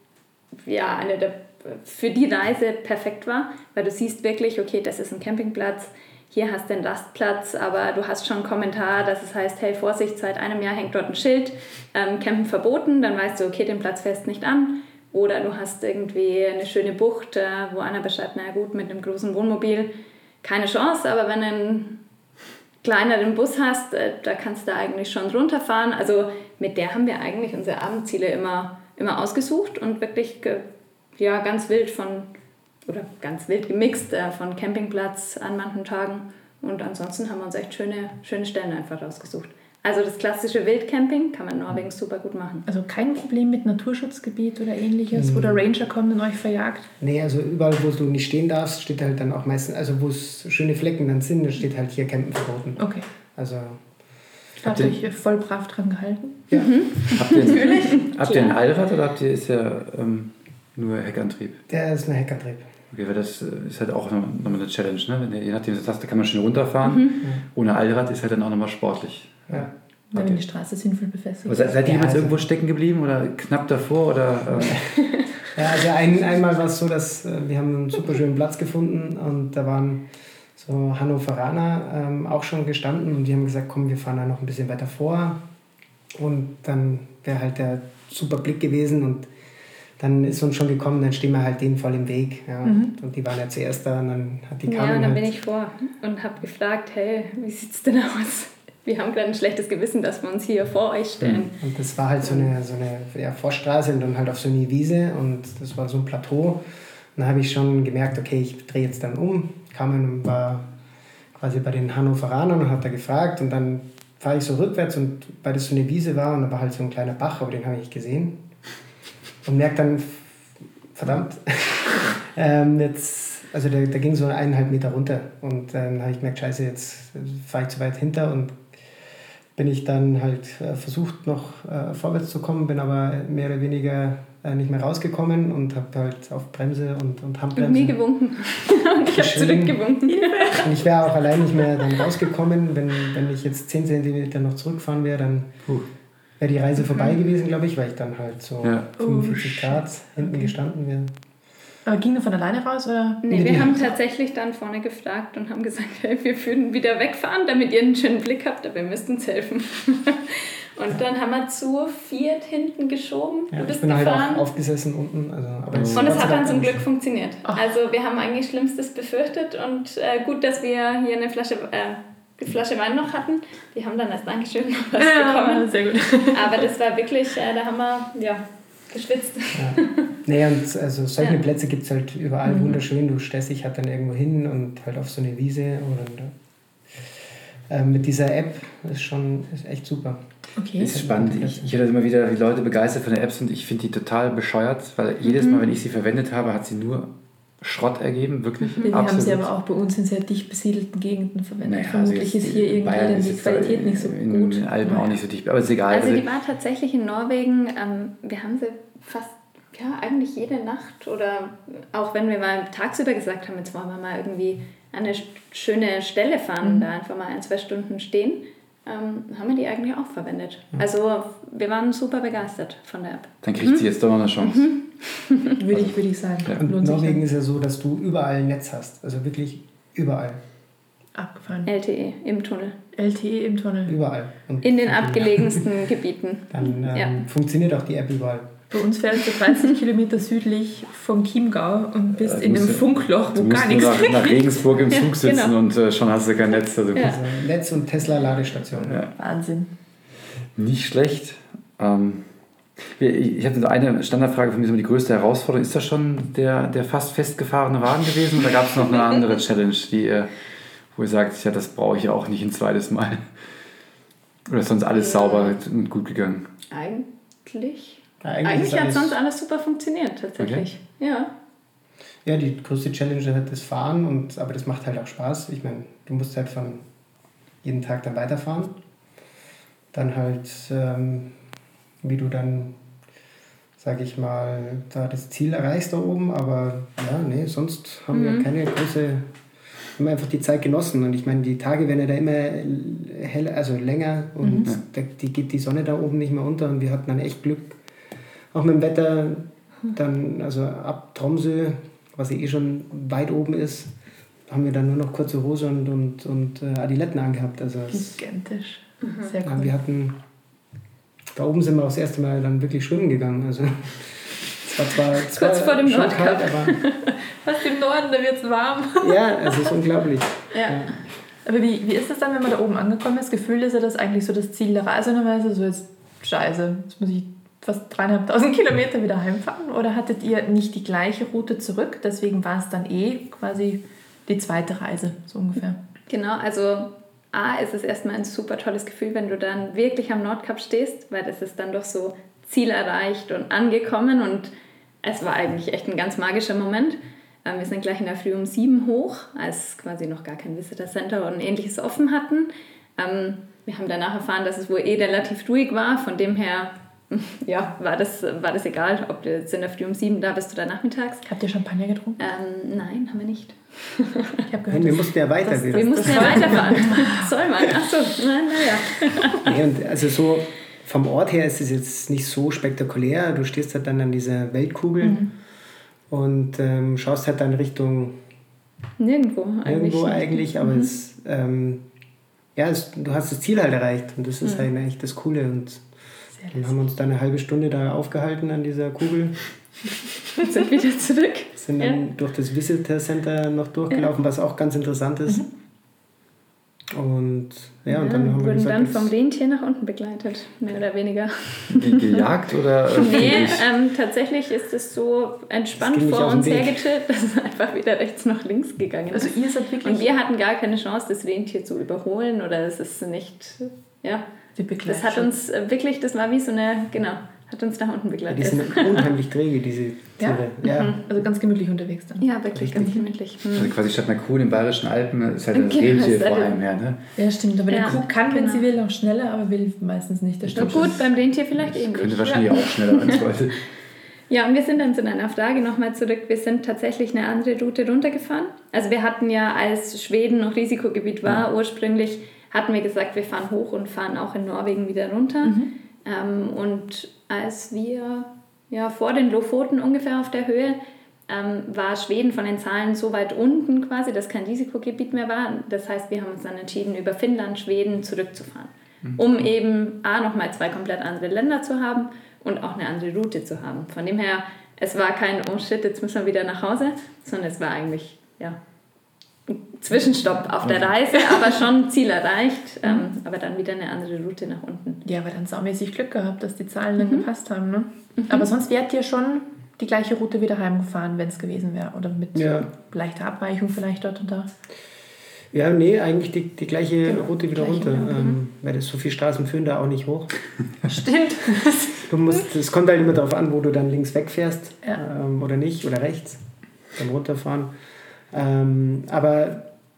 ja eine der für die Reise perfekt war, weil du siehst wirklich, okay, das ist ein Campingplatz, hier hast du einen Rastplatz, aber du hast schon einen Kommentar, dass es heißt, hey, Vorsicht, seit einem Jahr hängt dort ein Schild, ähm, Campen verboten, dann weißt du, okay, den Platz fährst nicht an. Oder du hast irgendwie eine schöne Bucht, äh, wo einer beschreibt, naja gut, mit einem großen Wohnmobil keine Chance, aber wenn du einen kleineren Bus hast, äh, da kannst du eigentlich schon runterfahren. Also mit der haben wir eigentlich unsere Abendziele immer, immer ausgesucht und wirklich ge- ja, ganz wild von, oder ganz wild gemixt äh, von Campingplatz an manchen Tagen und ansonsten haben wir uns echt schöne, schöne Stellen einfach rausgesucht. Also das klassische Wildcamping kann man in Norwegen super gut machen. Also kein Problem mit Naturschutzgebiet oder ähnliches, mhm. wo der Ranger kommt und euch verjagt? Nee, also überall, wo du nicht stehen darfst, steht halt dann auch meistens, also wo es schöne Flecken dann sind, da steht halt hier Campen verboten. Okay. Also... Habt ihr euch voll brav dran gehalten? Ja. Mhm. Habt ihr, Natürlich. Habt ihr ein Allrad oder habt ihr, ist ja ähm, nur Heckantrieb? Der ist nur Heckantrieb. Okay, weil das ist halt auch nochmal eine Challenge, ne? Wenn ihr, je nachdem, das hast, da kann man schnell runterfahren. Mhm. Ohne Allrad ist halt dann auch nochmal sportlich. Ja. Wenn die Straße sinnvoll befestigt ist. Seid, seid ihr ja, jemals also irgendwo stecken geblieben oder knapp davor? Oder, ähm? Ja, also ein, einmal war es so, dass äh, wir haben einen super schönen Platz gefunden und da waren so Hannoveraner ähm, auch schon gestanden und die haben gesagt, komm, wir fahren da noch ein bisschen weiter vor und dann wäre halt der super Blick gewesen und dann ist uns schon gekommen, dann stehen wir halt denen voll im Weg. Ja. Mhm. Und die waren ja zuerst da und dann hat die Karin Ja, und dann halt bin ich vor und habe gefragt, hey, wie sieht's denn aus? Wir haben gerade ein schlechtes Gewissen, dass wir uns hier vor euch stellen. Und das war halt so eine, so eine ja, Vorstraße und dann halt auf so eine Wiese und das war so ein Plateau. Und dann habe ich schon gemerkt, okay, ich drehe jetzt dann um. Carmen war quasi bei den Hannoveranern und hat da gefragt und dann fahre ich so rückwärts und weil das so eine Wiese war und da war halt so ein kleiner Bach, aber den habe ich nicht gesehen. Und merke dann, verdammt, ähm, jetzt, also der, der ging so eineinhalb Meter runter und dann habe ich gemerkt, scheiße, jetzt fahre ich zu weit hinter und bin ich dann halt äh, versucht noch äh, vorwärts zu kommen, bin aber mehr oder weniger äh, nicht mehr rausgekommen und habe halt auf Bremse und, und Handbremse... Und mir gewunken. Und ich habe zurückgewunken. Und ich wäre auch allein nicht mehr dann rausgekommen. Wenn, wenn ich jetzt zehn Zentimeter noch zurückfahren wäre, dann wäre die Reise vorbei gewesen, glaube ich, weil ich dann halt so ja. fünfundvierzig oh, Grad hinten okay. gestanden wäre. Aber ging das von alleine raus? Oder? Nee, nee wir haben tatsächlich dann vorne gefragt und haben gesagt, hey, wir würden wieder wegfahren, damit ihr einen schönen Blick habt, aber ihr müsst uns helfen. Und dann haben wir zu viert hinten geschoben. Ja, du bist ich bin gefahren. halt auch aufgesessen unten. Also, aber und es hat dann zum Glück funktioniert. Ach. Also wir haben eigentlich Schlimmstes befürchtet und äh, gut, dass wir hier eine Flasche, äh, die Flasche Wein noch hatten. Die haben dann als Dankeschön noch was ja, bekommen. Sehr gut. Aber das war wirklich, äh, da haben wir ja, geschwitzt. Ja. Nee, und also solche ja. Plätze gibt es halt überall mhm. wunderschön. Du stellst dich halt dann irgendwo hin und halt auf so eine Wiese. Oder, äh, mit dieser App ist schon ist echt super. Okay. Das ist spannend. Ich, ich höre immer wieder, wie Leute begeistert von der App sind. Ich finde die total bescheuert, weil jedes Mal, wenn ich sie verwendet habe, hat sie nur Schrott ergeben, wirklich. Wir haben sie aber auch bei uns in sehr dicht besiedelten Gegenden verwendet. Naja, Vermutlich also ist hier irgendwie dann die Qualität in, nicht so in, gut. In den Alpen ja. auch nicht so dicht, aber ist egal. Also die war tatsächlich in Norwegen, ähm, wir haben sie fast, ja, eigentlich jede Nacht oder auch wenn wir mal tagsüber gesagt haben, jetzt wollen wir mal irgendwie an eine schöne Stelle fahren mhm. und da einfach mal ein, zwei Stunden stehen, ähm, haben wir die eigentlich auch verwendet. Also wir waren super begeistert von der App. Dann kriegt sie jetzt doch noch eine Chance. Würde ich, würde ich sagen. Ja. Und Lohnt sich Norwegen ja. ist ja so, dass du überall ein Netz hast. Also wirklich überall. Abgefahren. L T E im Tunnel. L T E im Tunnel. Überall. Und In den abgelegensten Gebieten. Dann ähm, Ja. funktioniert auch die App überall. Bei uns fährst du dreißig Kilometer südlich vom Chiemgau und bist Ja, in einem musst- Funkloch, Du wo musst gar nur nichts nach, nach Regensburg im Ja, Zug sitzen genau. und äh, schon hast du kein Netz. Also Ja. Also Netz und Tesla-Ladestation. Ja. Wahnsinn. Nicht schlecht. Ähm, wir- ich habe eine Standardfrage von mir, so die größte Herausforderung. Ist das schon der, der fast festgefahrene Wagen gewesen oder gab es noch eine andere Challenge, die ihr, wo ihr sagt, ja, das brauche ich auch nicht ein zweites Mal? Oder ist sonst alles sauber und gut gegangen? Eigentlich, Ja, eigentlich ist hat alles- sonst alles super funktioniert, tatsächlich. Ja. Ja, die größte Challenge ist halt das Fahren, und, aber das macht halt auch Spaß. Ich meine, du musst halt von jeden Tag dann weiterfahren. Dann halt, ähm, wie du dann, sag ich mal, da das Ziel erreichst da oben. Aber ja, nee, sonst haben Mhm. wir keine große, haben wir einfach die Zeit genossen. Und ich meine, die Tage werden ja da immer heller, also länger, und Mhm. da, die geht die Sonne da oben nicht mehr unter, und wir hatten dann echt Glück. Auch mit dem Wetter, dann, also ab Tromsø, was ja eh schon weit oben ist, haben wir dann nur noch kurze Hose und, und, und äh, Adiletten angehabt. Also es, Gigantisch. Sehr ja, cool. wir hatten, da oben sind wir auch das erste Mal dann wirklich schwimmen gegangen. Also es war zwar, zwar Kurz vor dem schon Nordkap. kalt, aber Fast im Norden, da wird es warm. ja, also es ist unglaublich. Ja. Aber wie, wie ist das dann, wenn man da oben angekommen ist? Gefühl ist ja das eigentlich so das Ziel der Reise, normalerweise so jetzt scheiße, jetzt muss ich fast dreieinhalbtausend Kilometer wieder heimfahren? Oder hattet ihr nicht die gleiche Route zurück? Deswegen war es dann eh quasi die zweite Reise, so ungefähr. Genau, also A, ist es erstmal ein super tolles Gefühl, wenn du dann wirklich am Nordkap stehst, weil das ist dann doch so Ziel erreicht und angekommen, und es war eigentlich echt ein ganz magischer Moment. Ähm, Wir sind gleich in der Früh um sieben hoch, als quasi noch gar kein Visitor Center und ähnliches offen hatten. Ähm, Wir haben danach erfahren, dass es wohl eh relativ ruhig war, von dem her ja, war das, war das egal, ob du jetzt in der Früh um sieben da bist oder nachmittags. Habt ihr Champagner getrunken? Ähm, nein, haben wir nicht. Ich habe gehört, Wir das- mussten ja weitergehen. Wir mussten ja weiterfahren. Soll man? Achso, nein, naja. Ja, und also so vom Ort her ist es jetzt nicht so spektakulär. Du stehst halt dann an dieser Weltkugel Mhm. und ähm, schaust halt dann Richtung Nirgendwo eigentlich. irgendwo eigentlich, aber es, ähm, ja, es, du hast das Ziel halt erreicht, und das ist halt echt das Coole. Und Sehr dann haben wir uns dann eine halbe Stunde da aufgehalten an dieser Kugel, Und sind wieder zurück. sind dann durch das Visitor Center noch durchgelaufen, was auch ganz interessant ist. Und ja, und dann haben wir wurden gesagt, dann jetzt- vom Rentier nach unten begleitet, mehr oder weniger. Ge gejagt oder äh, Nee, friedlich? ähm, tatsächlich ist es so entspannt Das ging nicht vor aus dem uns Weg. hergechillt, dass es einfach wieder rechts nach links gegangen ist. Also ihr seid wirklich Und wir hatten gar keine Chance, das Rentier zu überholen, oder es ist nicht, ja, die das Begleitung. hat uns äh, wirklich, das war wie so eine, genau, hat uns nach unten ja, die begleitet. sind unheimlich träge, diese Ja? Tiere. Ja. Also ganz gemütlich unterwegs dann. Ja, wirklich ganz gemütlich. Also Hm. quasi statt einer Kuh in den Bayerischen Alpen ist halt ein Genau, Rentier ist halt vor ein- einem her. Ne? Ja, stimmt. Aber Ja, die Kuh kann, wenn genau. sie will, auch schneller, aber will meistens nicht. Das Na stimmt gut, schon. beim Rentier vielleicht Ich ähnlich. könnte wahrscheinlich auch schneller, wenn es wollte. Ja, und wir sind dann zu deiner Frage nochmal zurück. Wir sind tatsächlich eine andere Route runtergefahren. Also wir hatten ja, als Schweden noch Risikogebiet war, ursprünglich hatten wir gesagt, wir fahren hoch und fahren auch in Norwegen wieder runter. Ähm, und als wir ja, vor den Lofoten ungefähr auf der Höhe, ähm, war Schweden von den Zahlen so weit unten quasi, dass kein Risikogebiet mehr war. Das heißt, wir haben uns dann entschieden, über Finnland, Schweden zurückzufahren, um eben A, nochmal zwei komplett andere Länder zu haben und auch eine andere Route zu haben. Von dem her, es war kein, oh shit, jetzt müssen wir wieder nach Hause, sondern es war eigentlich, ja, ein Zwischenstopp auf der Reise, aber schon Ziel erreicht, ähm, aber dann wieder eine andere Route nach unten. Ja, aber dann saumäßig Glück gehabt, dass die Zahlen dann gepasst haben. Ne? Aber sonst wärt ihr schon die gleiche Route wieder heimgefahren, wenn es gewesen wäre. Oder mit Ja. leichter Abweichung vielleicht dort und da. Ja, nee, eigentlich die, die gleiche Genau, Route wieder gleiche runter. wieder, Ähm, weil das so viele Straßen führen da auch nicht hoch. Stimmt. Du musst, es kommt halt immer darauf an, wo du dann links wegfährst Ja. ähm, oder nicht, oder rechts beim Runterfahren. Ähm, aber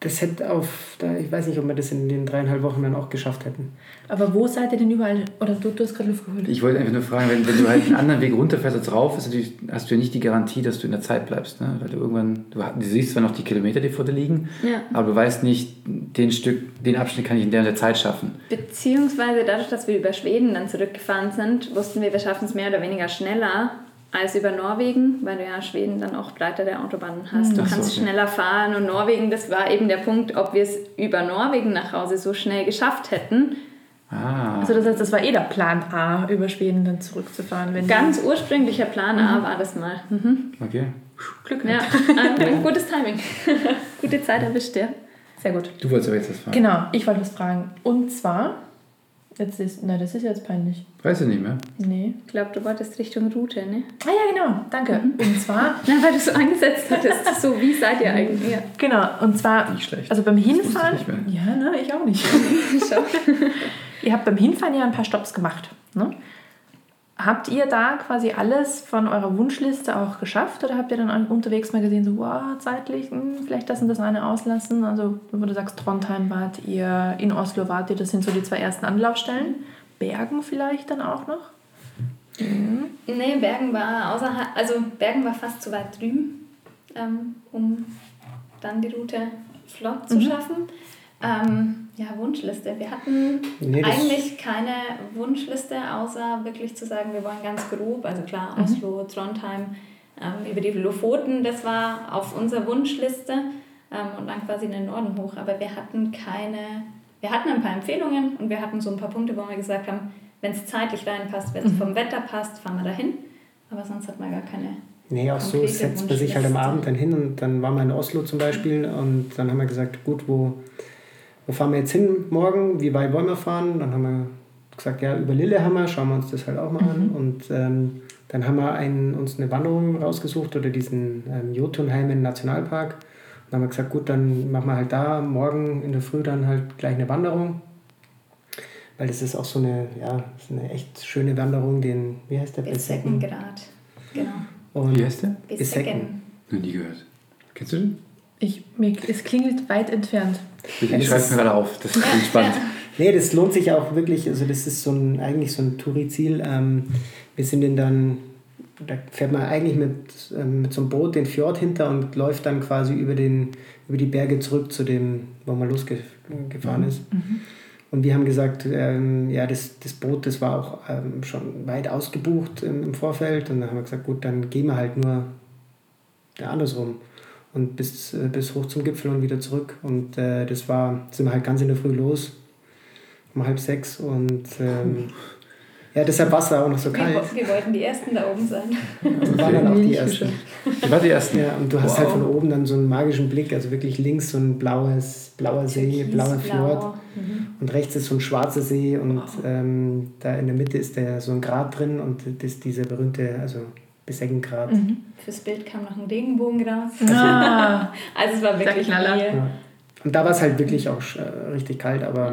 das hätte auf, da, ich weiß nicht, ob wir das in den dreieinhalb Wochen dann auch geschafft hätten. Aber wo seid ihr denn überall? Oder du, du hast gerade Luft geholt. Ich wollte einfach nur fragen, wenn, wenn du halt einen anderen Weg runterfährst als rauf, ist natürlich, hast du ja nicht die Garantie, dass du in der Zeit bleibst. Ne? Weil du irgendwann, du, du siehst zwar noch die Kilometer, die vor dir liegen, Ja. aber du weißt nicht, den Stück, den Abschnitt kann ich in der, der Zeit schaffen. Beziehungsweise dadurch, dass wir über Schweden dann zurückgefahren sind, wussten wir, wir schaffen es mehr oder weniger schneller als über Norwegen, weil du ja Schweden dann auch breitere Autobahnen hast. Du Ach so, kannst okay. schneller fahren und Norwegen, das war eben der Punkt, ob wir es über Norwegen nach Hause so schnell geschafft hätten. Ah, Also das heißt, das war eh der Plan A, über Schweden dann zurückzufahren. Wenn Ganz ursprünglicher Plan A war das mal. Mhm. okay. Glück Ja, gehabt. äh, gutes Timing. Gute Zeit erwischt, ja. Sehr gut. Du wolltest aber jetzt was fragen. Genau, ich wollte was fragen. Und zwar, jetzt ist, nein, das ist jetzt peinlich. Weißt du nicht mehr? Nee. Ich glaube, du wolltest Richtung Route, ne? Ah ja, genau, danke. Und zwar, Na, weil du so angesetzt hattest. So, wie seid ihr eigentlich? Ja. genau, und zwar, Nicht schlecht. also beim wusste ich Hinfahren, nicht mehr. ja, ne, ich auch nicht. Schau. Ihr habt beim Hinfahren ja ein paar Stops gemacht, ne? Habt ihr da quasi alles von eurer Wunschliste auch geschafft oder habt ihr dann unterwegs mal gesehen, so, wow, zeitlich, hm, vielleicht das und das eine auslassen? Also, wo du sagst, Trondheim wart ihr, in Oslo wart ihr, das sind so die zwei ersten Anlaufstellen. Bergen vielleicht dann auch noch? Mhm. Nee, Bergen war außerhalb, also Bergen war fast zu weit drüben, ähm, um dann die Route flott zu Mhm. schaffen. Ähm, ja, Wunschliste. Wir hatten Nee, das- eigentlich keine Wunschliste, außer wirklich zu sagen, wir wollen ganz grob, also klar, Oslo, Trondheim, ähm, über die Lofoten, das war auf unserer Wunschliste ähm, und dann quasi in den Norden hoch. Aber wir hatten keine, wir hatten ein paar Empfehlungen und wir hatten so ein paar Punkte, wo wir gesagt haben, wenn es zeitlich reinpasst, wenn es vom Wetter passt, fahren wir dahin. Aber sonst hat man gar keine. Nee, auch so Konkrete setzt man sich halt am Wunschliste. Abend dann hin und dann waren wir in Oslo zum Beispiel und dann haben wir gesagt, gut, wo, wo fahren wir jetzt hin morgen, wie weit wollen wir fahren? Dann haben wir gesagt, ja, über Lillehammer, schauen wir uns das halt auch mal an und ähm, dann haben wir einen, uns eine Wanderung rausgesucht oder diesen ähm, Jotunheimen Nationalpark. Und dann haben wir gesagt, gut, dann machen wir halt da morgen in der Früh dann halt gleich eine Wanderung. Weil das ist auch so eine, ja, das ist eine echt schöne Wanderung, den, wie heißt der? Besäckengrad. Genau. Und Wie heißt der? Besäcken. Noch nie gehört. Kennst du den? Ich, mir, es klingelt weit entfernt. Ich, Ja, ich das schreibe es ist- mir gerade auf. Das klingt spannend. Nee, das lohnt sich auch wirklich, also das ist so ein, eigentlich so ein Touri-Ziel. Ähm, wir sind denn dann, da fährt man eigentlich mit, ähm, mit so einem Boot den Fjord hinter und läuft dann quasi über, den, über die Berge zurück zu dem, wo man losgefahren ist. Und wir haben gesagt, ähm, ja, das, das Boot, das war auch ähm, schon weit ausgebucht im, im Vorfeld. Und dann haben wir gesagt, gut, dann gehen wir halt nur ja, andersrum. Und bis, äh, bis hoch zum Gipfel und wieder zurück. Und äh, das war, sind wir halt ganz in der Früh los, um halb sechs. Und ähm, ja, deshalb war es da auch noch so Wir, kalt. wo- wir wollten die Ersten da oben sein. Wir waren dann auch die Ersten. Ich war die Ersten. Ja, und du hast halt von oben dann so einen magischen Blick, also wirklich links so ein blaues, blauer See, blauer Fjord. Mhm. Und rechts ist so ein schwarzer See und ähm, da in der Mitte ist der, so ein Grat drin und das ist dieser berühmte, also Besäckengrad. Mhm. Fürs Bild kam noch ein Regenbogen raus. Ah, Also es war Der wirklich Knaller. hier. Ja. Und da war es halt wirklich auch äh, richtig kalt, aber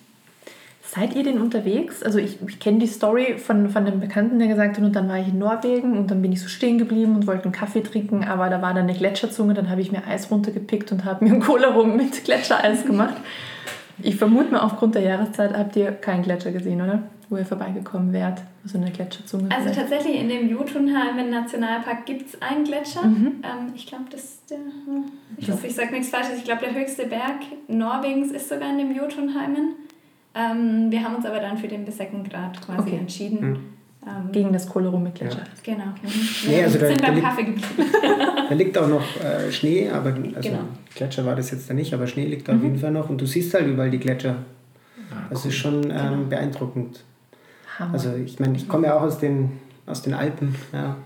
seid ihr denn unterwegs? Also ich, ich kenne die Story von, von einem Bekannten, der gesagt hat, und dann war ich in Norwegen und dann bin ich so stehen geblieben und wollte einen Kaffee trinken, aber da war dann eine Gletscherzunge, dann habe ich mir Eis runtergepickt und habe mir einen Cola rum mit Gletschereis gemacht. Ich vermute mal, aufgrund der Jahreszeit habt ihr keinen Gletscher gesehen, oder? Wo ihr vorbeigekommen wärt, so eine Gletscherzunge. Also vielleicht. tatsächlich in dem Jotunheimen Nationalpark gibt es einen Gletscher. Mhm. Ähm, ich glaube, das ist der, hm, ich hoffe, ich sage nichts Falsches. Ich glaube, der höchste Berg Norwegens ist sogar in dem Jotunheimen. Ähm, wir haben uns aber dann für den Besäckengrad quasi Okay. entschieden. Mhm. Ähm, Gegen das Cola rum mit Gletschereis. Genau. Mhm. Nee, Wir also da- sind da beim liegt- Kaffee geblieben. da liegt auch noch äh, Schnee, aber also Genau. Gletscher war das jetzt da nicht, aber Schnee liegt da auf jeden Fall noch und du siehst halt überall die Gletscher. Das ist schon ähm, beeindruckend. Hammer. Also ich meine, ich komme ja auch aus den, aus den Alpen, ja.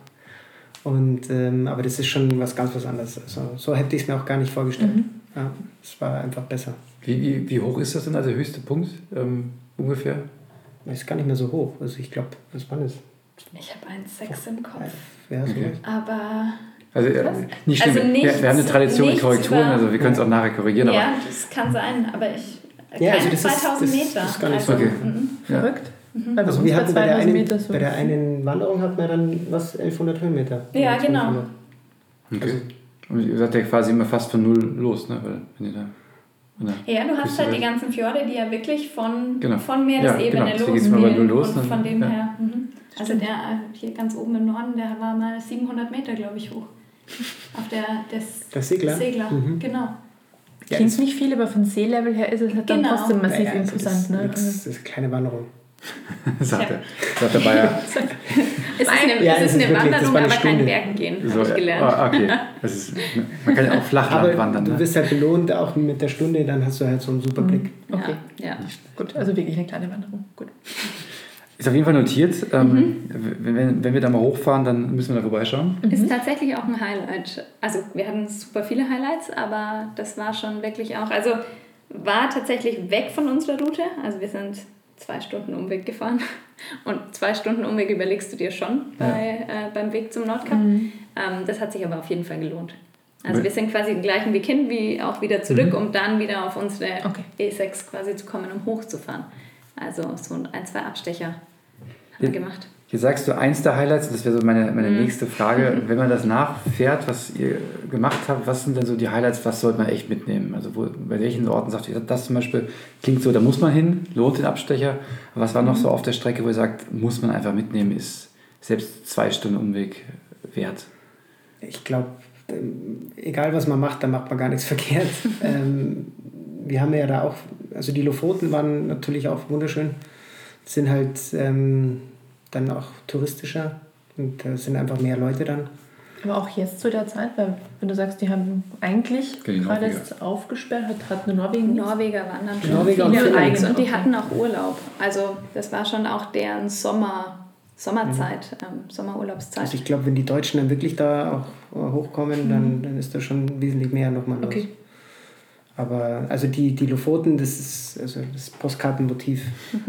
Und, ähm, aber das ist schon was ganz was anderes. Also, so hätte ich es mir auch gar nicht vorgestellt. Ja, es war einfach besser. Wie, wie, wie hoch ist das denn, also der höchste Punkt ähm, ungefähr? Es ist gar nicht mehr so hoch. Also ich glaube, was war das? Ich habe eins Komma sechs im Kopf. Ja, so Okay. Aber Also äh, nicht schlimm. Also wir, wir nichts- haben eine Tradition mit nichts Korrekturen, über- also wir können es auch nachher korrigieren. ja, das kann sein. Aber ich. Ja, also keine das ist- zweitausend das- Meter. das ist gar nicht also, so. Okay. mhm. Ja. Verrückt. Weil Also bei wir uns hatten bei der, zweitausend einen, Meter so. bei der einen Wanderung hatten wir dann was, elfhundert Höhenmeter. Ja, Oder genau. zwölfhundert. Okay. Und ihr seid ja quasi immer fast von null los, ne? Weil, wenn ihr da Oder Ja, du hast Küste halt die weg. ganzen Fjorde, die ja wirklich von, Genau. von Meeresebene Ja, genau. Deswegen geht's mal bei losgehen. Null los, Und dann- von dem ja. her, mhm. also der äh, hier ganz oben im Norden, der war mal siebenhundert Meter, glaube ich, hoch. Auf der des Der Segler? Segler, Mhm. genau. Ja, Klingt ist- nicht viel, aber von Seelevel her ist es halt dann Genau. trotzdem massiv Ja, also imposant. das, Ne? Das, das ist eine kleine Wanderung. sagt, der, sagt der Bayer. Es ist eine, Ja, es es ist ist eine wirklich- das Wanderung, war eine aber kein Stunde. Bergen gehen, So, habe ich gelernt. ah, okay. Das ist, man kann ja auch Flachland Aber wandern. du Ne? wirst halt belohnt, auch mit der Stunde, dann hast du halt so einen super Blick. Okay, Ja, ja. gut. Also wirklich eine kleine Wanderung. Gut. Ist auf jeden Fall notiert. Ähm, Mhm. wenn, wenn, wenn wir da mal hochfahren, dann müssen wir da vorbeischauen. Ist tatsächlich auch ein Highlight. Also wir hatten super viele Highlights, aber das war schon wirklich auch, also war tatsächlich weg von unserer Route. Also wir sind zwei Stunden Umweg gefahren und zwei Stunden Umweg überlegst du dir schon bei, äh, beim Weg zum Nordkap. Mhm. Ähm, das hat sich aber auf jeden Fall gelohnt. Also Aber- wir sind quasi den gleichen Weg hin, wie auch wieder zurück, um dann wieder auf unsere Okay. E sechs quasi zu kommen, um hochzufahren. Also so ein, zwei Abstecher haben wir Ja. gemacht. Hier sagst du eins der Highlights, das wäre so meine, meine Mhm. nächste Frage. Wenn man das nachfährt, was ihr gemacht habt, was sind denn so die Highlights, was sollte man echt mitnehmen? Also wo, bei welchen Orten sagt ihr, das zum Beispiel klingt so, da muss man hin, lohnt den Abstecher. Aber was war noch so auf der Strecke, wo ihr sagt, muss man einfach mitnehmen, ist selbst zwei Stunden Umweg wert? Ich glaube, egal was man macht, da macht man gar nichts verkehrt. ähm, wir haben ja da auch, also die Lofoten waren natürlich auch wunderschön, sind halt ähm, dann auch touristischer und da sind einfach mehr Leute dann. Aber auch jetzt zu der Zeit, weil wenn du sagst, die haben eigentlich Die gerade Norweger. erst aufgesperrt, hat, hat nur Norwegen nichts. Norweger waren dann schon Norweger und viele Finnen. unterwegs und die Okay. hatten auch Urlaub. Also das war schon auch deren Sommer, Sommerzeit, ähm, Sommerurlaubszeit. Also ich glaube, wenn die Deutschen dann wirklich da auch äh, hochkommen, dann, dann ist da schon wesentlich mehr nochmal los. Okay. Aber also die, die Lofoten, das ist also das Postkartenmotiv.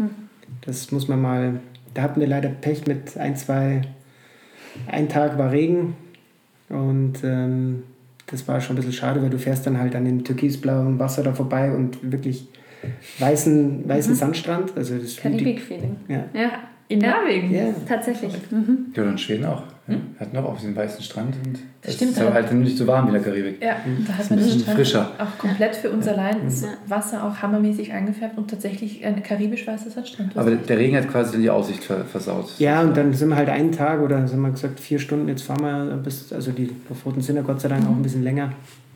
Das muss man mal. Da hatten wir leider Pech mit ein, zwei. Ein Tag war Regen und ähm, das war schon ein bisschen schade, weil du fährst dann halt an dem türkisblauen Wasser da vorbei und wirklich weißen, weißen Sandstrand. Also das Karibik-Feeling. Ja. Ja, In Ja. Norwegen? Ja. tatsächlich. Mhm. Ja, und Schweden auch. Ja. Hatten auch auf diesem weißen Strand. Und Das es stimmt, ist aber aber- halt nicht so warm wie der Karibik. Ja, da hat Ist man ein den bisschen Strand frischer. auch komplett für uns allein das Ja. Wasser auch hammermäßig eingefärbt und tatsächlich ein karibisch-weißer Sandstrand. Aber der Regen hat quasi dann die Aussicht ver- versaut. Ja, und dann sind wir halt einen Tag oder sind wir gesagt vier Stunden, jetzt fahren wir bis, also die Lofoten sind ja Gott sei Dank auch ein bisschen länger.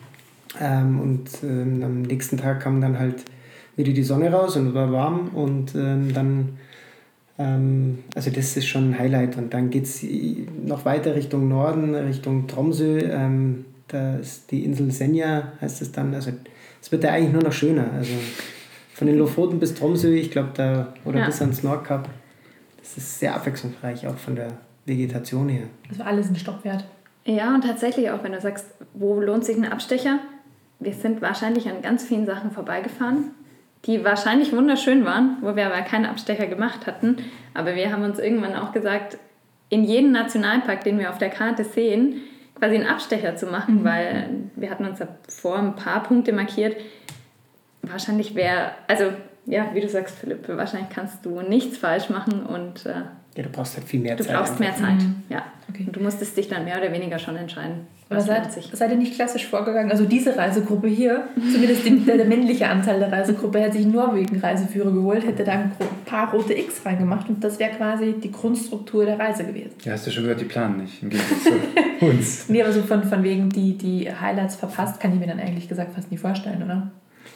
Ähm, und ähm, am nächsten Tag kam dann halt wieder die Sonne raus und es war warm und ähm, dann, ähm, also das ist schon ein Highlight. Und dann geht es noch weiter Richtung Norden, Richtung Tromsø, ähm, da ist die Insel Senja, heißt es dann, also es wird da eigentlich nur noch schöner. Also von den Lofoten bis Tromsø, ich glaube da, oder Ja. bis ans Nordkap. Das ist sehr abwechslungsreich, auch von der Vegetation her. Das war alles ein Stopp wert. Ja, und tatsächlich auch, wenn du sagst, wo lohnt sich ein Abstecher? Wir sind wahrscheinlich an ganz vielen Sachen vorbeigefahren, die wahrscheinlich wunderschön waren, wo wir aber keinen Abstecher gemacht hatten. Aber wir haben uns irgendwann auch gesagt, in jedem Nationalpark, den wir auf der Karte sehen, quasi einen Abstecher zu machen, weil wir hatten uns davor ein paar Punkte markiert. Wahrscheinlich wäre, also ja, wie du sagst, Philipp, wahrscheinlich kannst du nichts falsch machen und äh, Ja, du brauchst halt viel mehr du Zeit. brauchst einfach. mehr Zeit. Mhm. Ja. Okay. Und du musstest dich dann mehr oder weniger schon entscheiden. Aber Was seid, lohnt sich. seid ihr nicht klassisch vorgegangen? Also diese Reisegruppe hier, zumindest die, der, der männliche Anteil der Reisegruppe, hätte sich einen Norwegen-Reiseführer geholt, hätte da ein gro- paar rote X reingemacht und das wäre quasi die Grundstruktur der Reise gewesen. Ja, hast du schon gehört, die planen nicht. Im Gegensatz zu uns. Nee, aber so von, von wegen die, die Highlights verpasst, kann ich mir dann eigentlich gesagt fast nie vorstellen, oder?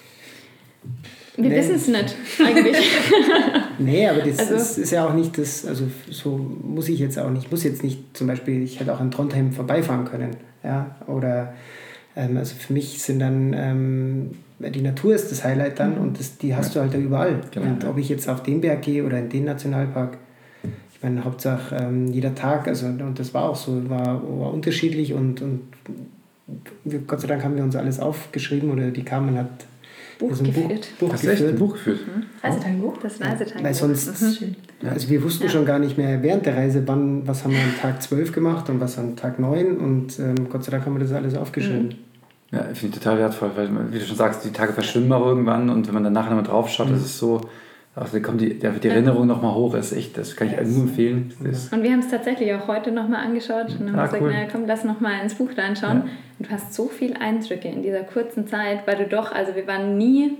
Wir Nee. wissen es nicht, eigentlich. Nee, aber das Also- ist, ist ja auch nicht das, also so muss ich jetzt auch nicht, ich muss jetzt nicht zum Beispiel, ich hätte auch an Trondheim vorbeifahren können, ja, oder ähm, also für mich sind dann, ähm, die Natur ist das Highlight dann und das, die hast du halt da überall. Genau, Und ja. ob ich jetzt auf den Berg gehe oder in den Nationalpark, ich meine, Hauptsache ähm, jeder Tag, also und das war auch so, war, war unterschiedlich und, und wir, Gott sei Dank haben wir uns alles aufgeschrieben oder die Carmen hat Buch so ein geführt. Buch, Buch Hast du echt ein geführt. Buch geführt? Reisetagebuch? Das Reisetagebuch. Weil sonst, Mhm. Schön. also wir wussten Ja. schon gar nicht mehr während der Reise, wann, was haben wir am Tag zwölf gemacht und was am Tag neun und ähm, Gott sei Dank haben wir das alles aufgeschrieben. Ja, finde ich total wertvoll, weil, wie du schon sagst, die Tage verschwimmen auch irgendwann und wenn man dann nachher nochmal drauf schaut, das ist so, Ach, da kommt die, die Erinnerung nochmal hoch, ist echt, das kann ich yes. nur empfehlen. Das und wir haben es tatsächlich auch heute nochmal angeschaut und haben ah, gesagt, cool. naja, komm, lass nochmal ins Buch reinschauen. Ja. Und du hast so viele Eindrücke in dieser kurzen Zeit, weil du doch, also wir waren nie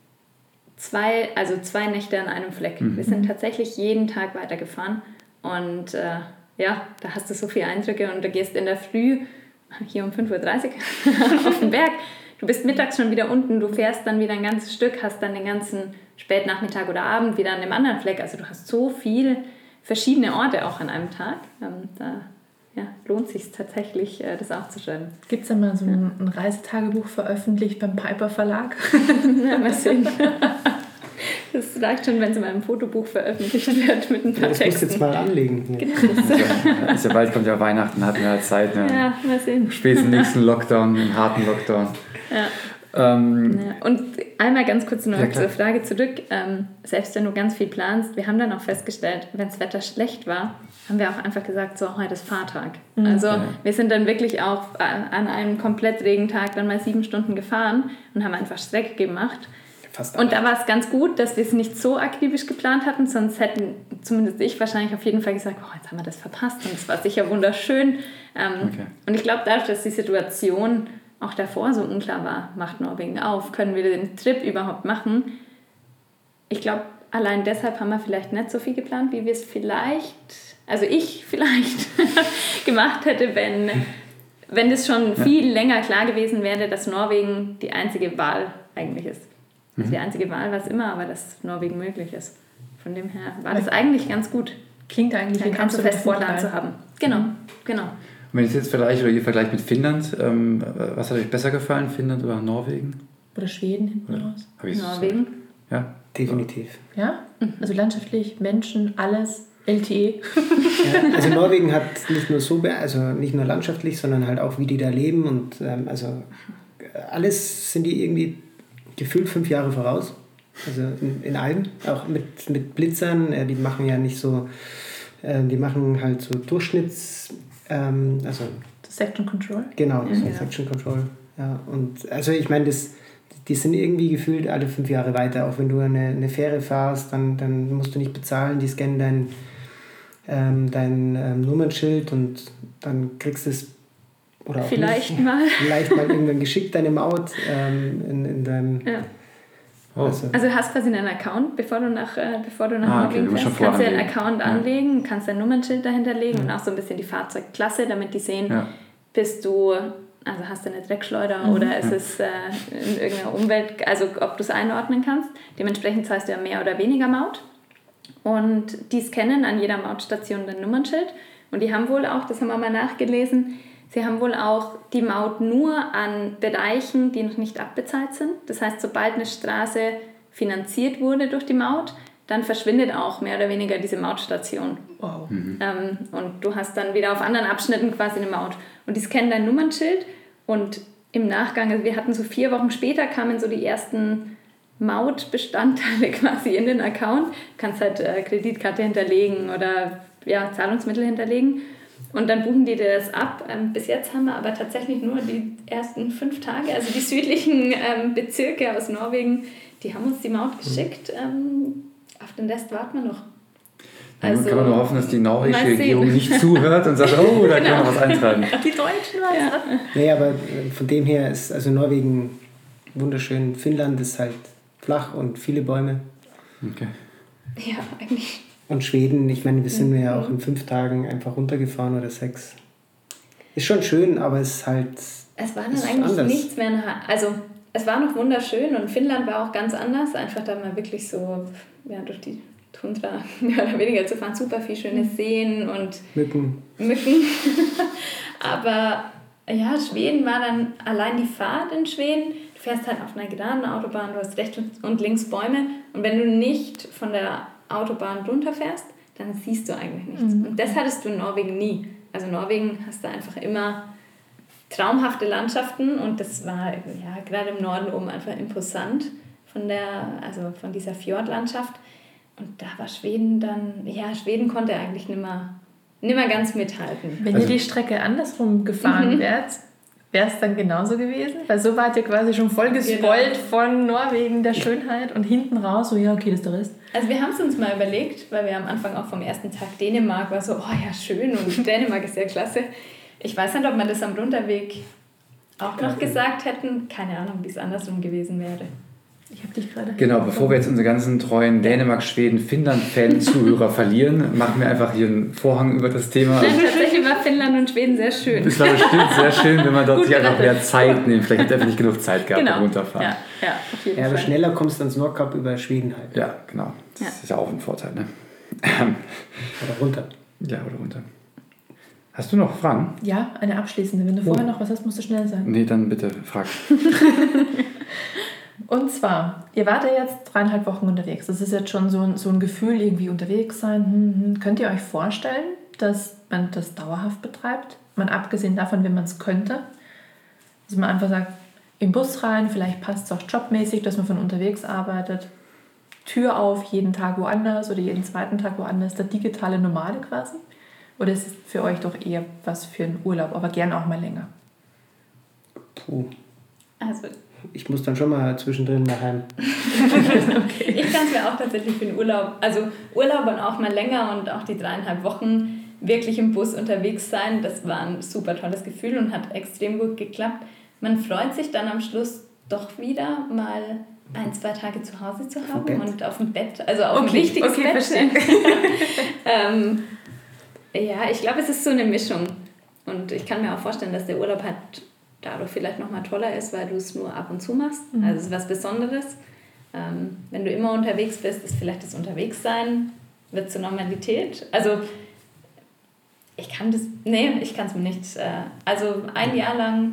zwei, also zwei Nächte an einem Fleck. Mhm. Wir sind tatsächlich jeden Tag weitergefahren und äh, ja, da hast du so viele Eindrücke und du gehst in der Früh, hier um fünf Uhr dreißig auf den Berg. Du bist mittags schon wieder unten, du fährst dann wieder ein ganzes Stück, hast dann den ganzen Spätnachmittag oder Abend wieder an dem anderen Fleck. Also du hast so viele verschiedene Orte auch an einem Tag. Ähm, da ja, lohnt es sich tatsächlich, äh, das aufzuschreiben. Gibt es da mal so ein, ein Reisetagebuch veröffentlicht beim Piper Verlag? Ja, mal sehen. Das reicht schon, wenn es in meinem Fotobuch veröffentlicht wird mit ein paar ja, das Texten. musst du jetzt mal anlegen. Hier. Genau. Ja, ist ja bald, kommt ja Weihnachten, hatten wir halt Zeit. Ne? Ja, mal sehen. Spätestens nächsten Lockdown, einen harten Lockdown. Ja. Ähm, ja. Und einmal ganz kurz noch ja, zur Frage zurück. Ähm, selbst wenn du ganz viel planst, wir haben dann auch festgestellt, wenn das Wetter schlecht war, haben wir auch einfach gesagt, so, heute ist Fahrtag. Mhm. Also ja. wir sind dann wirklich auch an einem komplett Regentag dann mal sieben Stunden gefahren und haben einfach Strecke gemacht. Fast und da war es ganz gut, dass wir es nicht so akribisch geplant hatten, sonst hätten zumindest ich wahrscheinlich auf jeden Fall gesagt, oh, jetzt haben wir das verpasst und es war sicher wunderschön. Ähm, okay. Und ich glaube, dadurch, dass die Situation auch davor so unklar war, macht Norwegen auf, können wir den Trip überhaupt machen? Ich glaube, allein deshalb haben wir vielleicht nicht so viel geplant, wie wir es vielleicht, also ich vielleicht gemacht hätte, wenn, wenn das schon ja. viel länger klar gewesen wäre, dass Norwegen die einzige Wahl eigentlich ist. Also die einzige Wahl war es immer, aber dass Norwegen möglich ist. Von dem her war das eigentlich ganz gut. Klingt eigentlich wie ein absoluter Vorteil zu haben. Genau, genau. Und wenn ich jetzt vielleicht oder ihr vergleicht mit Finnland, ähm, was hat euch besser gefallen, Finnland oder Norwegen? Oder Schweden hinten oder raus? Norwegen. Ja, definitiv. Ja, also landschaftlich, Menschen, alles, L T E. Ja, also Norwegen hat nicht nur so, also nicht nur landschaftlich, sondern halt auch wie die da leben und ähm, also alles sind die irgendwie gefühlt fünf Jahre voraus, also in, in allem, auch mit, mit Blitzern, äh, die machen ja nicht so, äh, die machen halt so Durchschnitts, ähm, also Section Control. Genau, ja, so ja. Section Control, ja, und also ich meine, das, die sind irgendwie gefühlt alle fünf Jahre weiter, auch wenn du eine, eine Fähre fahrst, dann, dann musst du nicht bezahlen, die scannen dein, ähm, dein ähm, Nummernschild und dann kriegst du es oder auch vielleicht nicht. mal. Vielleicht mal irgendwann geschickt deine Maut ähm, in, in deinem... Ja. Oh. Also, also du hast quasi einen Account, bevor du nach, äh, bevor du nach ah, Norwegen okay, fährst, kannst du einen anlegen. Account ja. anlegen, kannst dein Nummernschild dahinter legen ja. und auch so ein bisschen die Fahrzeugklasse, damit die sehen, ja. bist du, also hast du eine Dreckschleuder mhm. oder ist ja. es äh, in irgendeiner Umwelt, also ob du es einordnen kannst. Dementsprechend zahlst du ja mehr oder weniger Maut. Und die scannen an jeder Mautstation dein Nummernschild. Und die haben wohl auch, das haben wir mal nachgelesen, sie haben wohl auch die Maut nur an Bereichen, die noch nicht abbezahlt sind. Das heißt, sobald eine Straße finanziert wurde durch die Maut, dann verschwindet auch mehr oder weniger diese Mautstation. Wow. Mhm. Ähm, und du hast dann wieder auf anderen Abschnitten quasi eine Maut. Und die scannen dein Nummernschild und im Nachgang, also wir hatten so vier Wochen später, kamen so die ersten Mautbestandteile quasi in den Account. Du kannst halt äh, Kreditkarte hinterlegen oder ja, Zahlungsmittel hinterlegen. Und dann buchen die dir das ab. Ähm, bis jetzt haben wir aber tatsächlich nur die ersten fünf Tage, also die südlichen ähm, Bezirke aus Norwegen, die haben uns die Maut geschickt. Ähm, auf den Rest warten wir noch. Also, dann kann man nur hoffen, dass die norwegische Regierung nicht zuhört und sagt, oh, da genau. kann man was eintreiben. Die Deutschen was. Ja. Nee, aber von dem her ist also Norwegen wunderschön. Finnland ist halt flach und viele Bäume. Okay. Ja, eigentlich. Und Schweden, ich meine, wir sind mhm. ja auch in fünf Tagen einfach runtergefahren oder sechs. Ist schon schön, aber es ist halt. Es war dann eigentlich anders. Nichts mehr. Also, es war noch wunderschön und Finnland war auch ganz anders. Einfach da mal wirklich so ja, durch die Tundra mehr oder weniger zu fahren. Super viel schöne Seen und Mücken. Mücken. Aber ja, Schweden war dann allein die Fahrt in Schweden. Du fährst halt auf einer geraden Autobahn, du hast rechts und links Bäume. Und wenn du nicht von der Autobahn runterfährst, dann siehst du eigentlich nichts. Mhm. Und das hattest du in Norwegen nie. Also in Norwegen hast du einfach immer traumhafte Landschaften und das war ja gerade im Norden oben einfach imposant von der, also von dieser Fjordlandschaft. Und da war Schweden dann, ja, Schweden konnte eigentlich nicht mehr, nicht mehr ganz mithalten. Wenn also, ihr die Strecke andersrum gefahren mhm. wärt, wäre es dann genauso gewesen? Weil so wart ihr quasi schon voll gespoilt genau. von Norwegen, der Schönheit und hinten raus, so ja, okay, das ist der Rest. Also wir haben es uns mal überlegt, weil wir am Anfang auch vom ersten Tag Dänemark war so, oh ja, schön und Dänemark ist ja klasse. Ich weiß nicht, ob wir das am Rundweg auch noch gesagt hätten. Keine Ahnung, wie es andersrum gewesen wäre. Ich habe dich gerade... Genau, bevor wir jetzt unsere ganzen treuen Dänemark, Schweden, Finnland-Fan-Zuhörer verlieren, machen wir einfach hier einen Vorhang über das Thema. Nein, tatsächlich war Finnland und Schweden sehr schön. Das war bestimmt sehr schön, wenn man dort sich einfach mehr Zeit nimmt. Vielleicht hat er einfach nicht genug Zeit gehabt genau. beim Runterfahren. Ja, ja, auf jeden ja, aber Fall. schneller kommst du ans Nordkap über Schweden halt. Ja, genau. Das Ja. ist ja auch ein Vorteil. Ne? Oder runter. Ja, oder runter. Hast du noch Fragen? Ja, eine abschließende. Wenn du vorher noch was hast, musst du schnell sein. Nee, dann bitte frag. Und zwar, ihr wart ja jetzt dreieinhalb Wochen unterwegs. Das ist jetzt schon so ein, so ein Gefühl, irgendwie unterwegs sein. Hm, hm. Könnt ihr euch vorstellen, dass man das dauerhaft betreibt? Man abgesehen davon, wenn man es könnte. Dass man einfach sagt, im Bus rein, vielleicht passt es auch jobmäßig, dass man von unterwegs arbeitet. Tür auf, jeden Tag woanders oder jeden zweiten Tag woanders. Der digitale Nomade quasi. Oder ist es für euch doch eher was für einen Urlaub, aber gern auch mal länger? Puh. Also Ich muss dann schon mal zwischendrin mal heim. okay. Ich kann es mir auch tatsächlich für den Urlaub, also Urlaub und auch mal länger und auch die dreieinhalb Wochen wirklich im Bus unterwegs sein, das war ein super tolles Gefühl und hat extrem gut geklappt. Man freut sich dann am Schluss doch wieder mal ein, zwei Tage zu Hause zu haben und auf dem Bett, also auf okay. ein richtiges okay, Bett. ähm, ja, ich glaube, es ist so eine Mischung und ich kann mir auch vorstellen, dass der Urlaub halt dadurch vielleicht nochmal toller ist, weil du es nur ab und zu machst. Mhm. Also es ist was Besonderes. Ähm, wenn du immer unterwegs bist, ist vielleicht das Unterwegssein, wird zur Normalität. Also ich kann das, nee, ich kann es mir nicht, äh, also ein Jahr lang...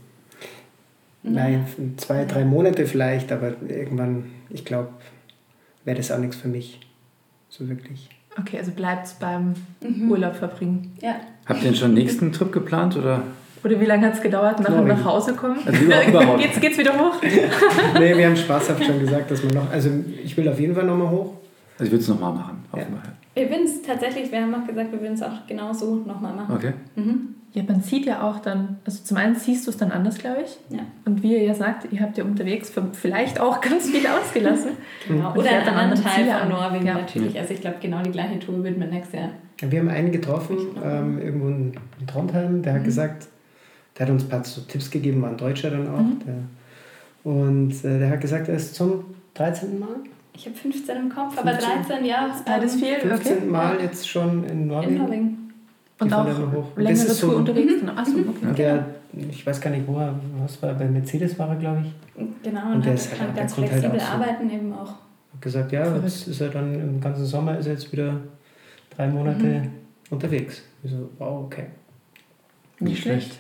Nein, zwei, drei Monate vielleicht, aber irgendwann, ich glaube, wäre das auch nichts für mich. So wirklich. Okay, also bleibt es beim Mhm. Urlaub verbringen. Ja. Habt ihr denn schon den nächsten Trip geplant? Oder? Oder wie lange hat es gedauert, nach, Norwegen. nach Hause kommen? Also überhaupt, überhaupt. geht's, geht's wieder hoch? Nee, wir haben spaßhaft schon gesagt, dass man noch, also ich will auf jeden Fall nochmal hoch. Also ich würde es nochmal machen. Ja. Offenbar. Wir würden es tatsächlich, wir haben auch gesagt, wir würden es auch genau so nochmal machen. Okay. Mhm. Ja, man sieht ja auch dann, also zum einen siehst du es dann anders, glaube ich. Ja. Und wie ihr ja sagt, ihr habt ja unterwegs vielleicht auch ganz viel ausgelassen. Genau. Und Oder fährt einen dann anderen andere Teil Ziele von an. Norwegen Ja. natürlich. Also ich glaube, genau die gleiche Tour wird man nächstes Jahr. Wir haben einen getroffen, ähm, irgendwo in Trondheim, der hat Mhm. gesagt, der hat uns ein paar so Tipps gegeben, war ein Deutscher dann auch. Mhm. Der, und äh, der hat gesagt, er ist zum dreizehnten Mal? Ich habe fünfzehn im Kopf, aber fünfzehn. dreizehn, ja. Ist beides ähm, viel? fünfzehnten Okay. Mal jetzt schon in Norwegen. In Norwegen. Und Die auch fahren immer hoch. Und das längere ist so- Tour unterwegs. Genau. Achso, okay. Und der, ich weiß gar nicht, wo er, was war, bei Mercedes war er, glaube ich. Genau, Und und, der hat, ist halt- kann der ganz kommt halt flexibel auch so. arbeiten eben auch. Hat gesagt, ja, Verrückt. jetzt ist er dann im ganzen Sommer ist er jetzt wieder drei Monate Mhm. unterwegs. Ich so, wow, okay. Nicht schlecht.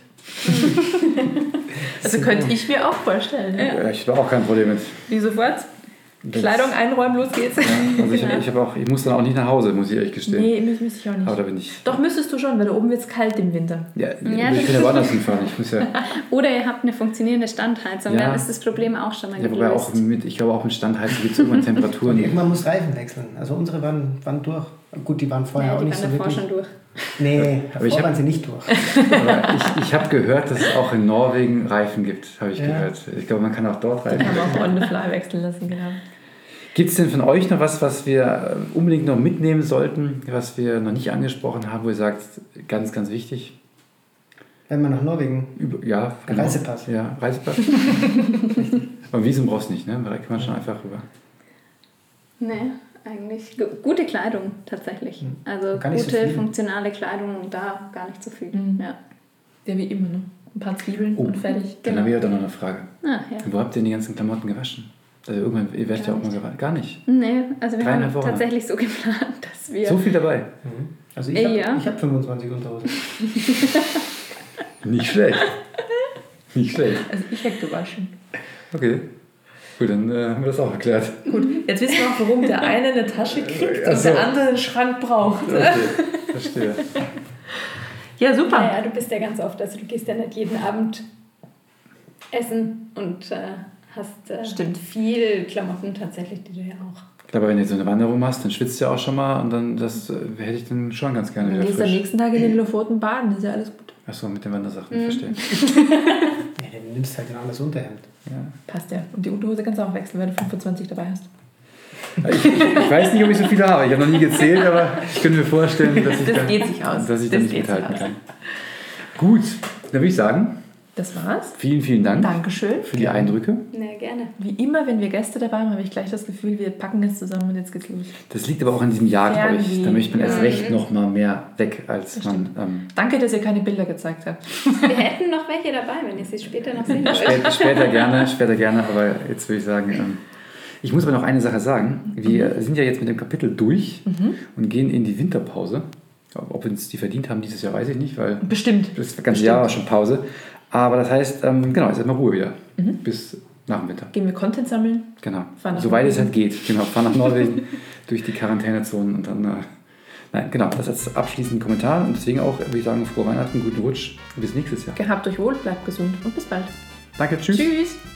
Also könnte ich mir auch vorstellen. Ja. Ja, ich habe auch kein Problem mit. Wie sofort? Kleidung einräumen, los geht's. Ja, also ich, ich, hab auch, ich muss dann auch nicht nach Hause, muss ich ehrlich gestehen. Nee, müß- müsste ich auch nicht. Aber da bin ich. Doch müsstest du schon, weil da oben wird es kalt im Winter. Ja, Ja, ich das kann ja woanders hinfahren. Ich muss ja. Oder ihr habt eine funktionierende Standheizung, Ja. dann ist das Problem auch schon mal Ja, wobei auch gelöst. mit, ich glaube auch mit Standheizung gibt es irgendwann Und Temperaturen. irgendwann muss Reifen wechseln. Also unsere waren, waren durch. Gut, die waren vorher Ja, auch die nicht waren so davor wirklich. schon durch. Nee, Aber ich davor hab- waren sie nicht durch. Aber ich ich habe gehört, dass es auch in Norwegen Reifen gibt, habe ich Ja. gehört. Ich glaube, man kann auch dort Reifen Kann man wechseln. auch on the fly wechseln lassen, genau. Gibt es denn von euch noch was, was wir unbedingt noch mitnehmen sollten, was wir noch nicht angesprochen haben, wo ihr sagt, ganz, ganz wichtig? Wenn man nach Norwegen. Über, ja, genau. Reisepass. Ja, Reisepass. Aber Visum brauchst du nicht, ne? Da kann man schon einfach rüber. Nee, eigentlich. G- Gute Kleidung tatsächlich. Also Gar nicht so gute, viel. funktionale Kleidung, da gar nicht so viel. Mhm. Ja. Ja, wie immer, ne? Ein paar Zwiebeln Oh. und fertig. Dann Genau. habe ich auch noch eine Frage. Ah, ja. Wo habt ihr denn die ganzen Klamotten gewaschen? Also irgendwann, ihr werdet ja Gar auch mal gewaschen. Gar nicht. Nee, also wir Dreieinhalb haben Wochen. tatsächlich so geplant, dass wir... So viel dabei. Also ich habe Ja. hab fünfundzwanzig Unterhosen. Nicht schlecht. Nicht schlecht. Also ich hätte gewaschen. Okay. Gut, dann äh, haben wir das auch erklärt. Gut, jetzt wissen wir auch, warum der eine eine Tasche kriegt Ach und so. der andere einen Schrank braucht. Okay, verstehe. Ja, super. Naja, du bist ja ganz oft, also du gehst ja nicht jeden Abend essen und äh, hast äh, Stimmt. viel Klamotten tatsächlich, die du ja auch Ich glaube, wenn du so eine Wanderung machst, dann schwitzt du ja auch schon mal und dann das äh, hätte ich dann schon ganz gerne Dann wieder gehst du am frisch. nächsten Tag in den Lofoten baden, ist ja alles gut. Achso, mit den Wandersachen, verstehe. Ja, dann nimmst du halt ein anderes Unterhemd. Ja. Passt ja. Und die Unterhose kannst du auch wechseln, wenn du fünfundzwanzig dabei hast. Ich, ich, ich weiß nicht, ob ich so viele habe. Ich habe noch nie gezählt, aber ich könnte mir vorstellen, dass ich, Das da, geht sich aus. dass ich da Das nicht geht sich mithalten aus. kann. Gut, dann würde ich sagen, Das war's. vielen, vielen Dank Dankeschön. für die Eindrücke. Na, gerne. Wie immer, wenn wir Gäste dabei haben, habe ich gleich das Gefühl, wir packen es zusammen und jetzt geht's los. Das liegt aber auch an diesem Jahr, glaube ich. Da möchte man erst Mhm. recht noch mal mehr weg, als Das man... stimmt. Ähm, Danke, dass ihr keine Bilder gezeigt habt. Wir hätten noch welche dabei, wenn ihr sie später noch sehen wollt. später, später gerne, später gerne, aber jetzt würde ich sagen... Ähm, ich muss aber noch eine Sache sagen. Wir sind ja jetzt mit dem Kapitel durch und gehen in die Winterpause. Ob wir uns die verdient haben dieses Jahr, weiß ich nicht, weil Bestimmt. das ganze Bestimmt. Jahr war schon Pause. Aber das heißt, ähm, genau, jetzt ist mal Ruhe wieder. Bis nach dem Winter. Gehen wir Content sammeln? Genau. Fahren nach Soweit es Norwegen. halt geht. Genau, fahren nach Norwegen durch die Quarantänezonen und dann. Äh, nein, genau, das als abschließenden Kommentar. Und deswegen auch, würde ich sagen, frohe Weihnachten, guten Rutsch. Bis nächstes Jahr. Gehabt euch wohl, bleibt gesund und bis bald. Danke, tschüss. Tschüss.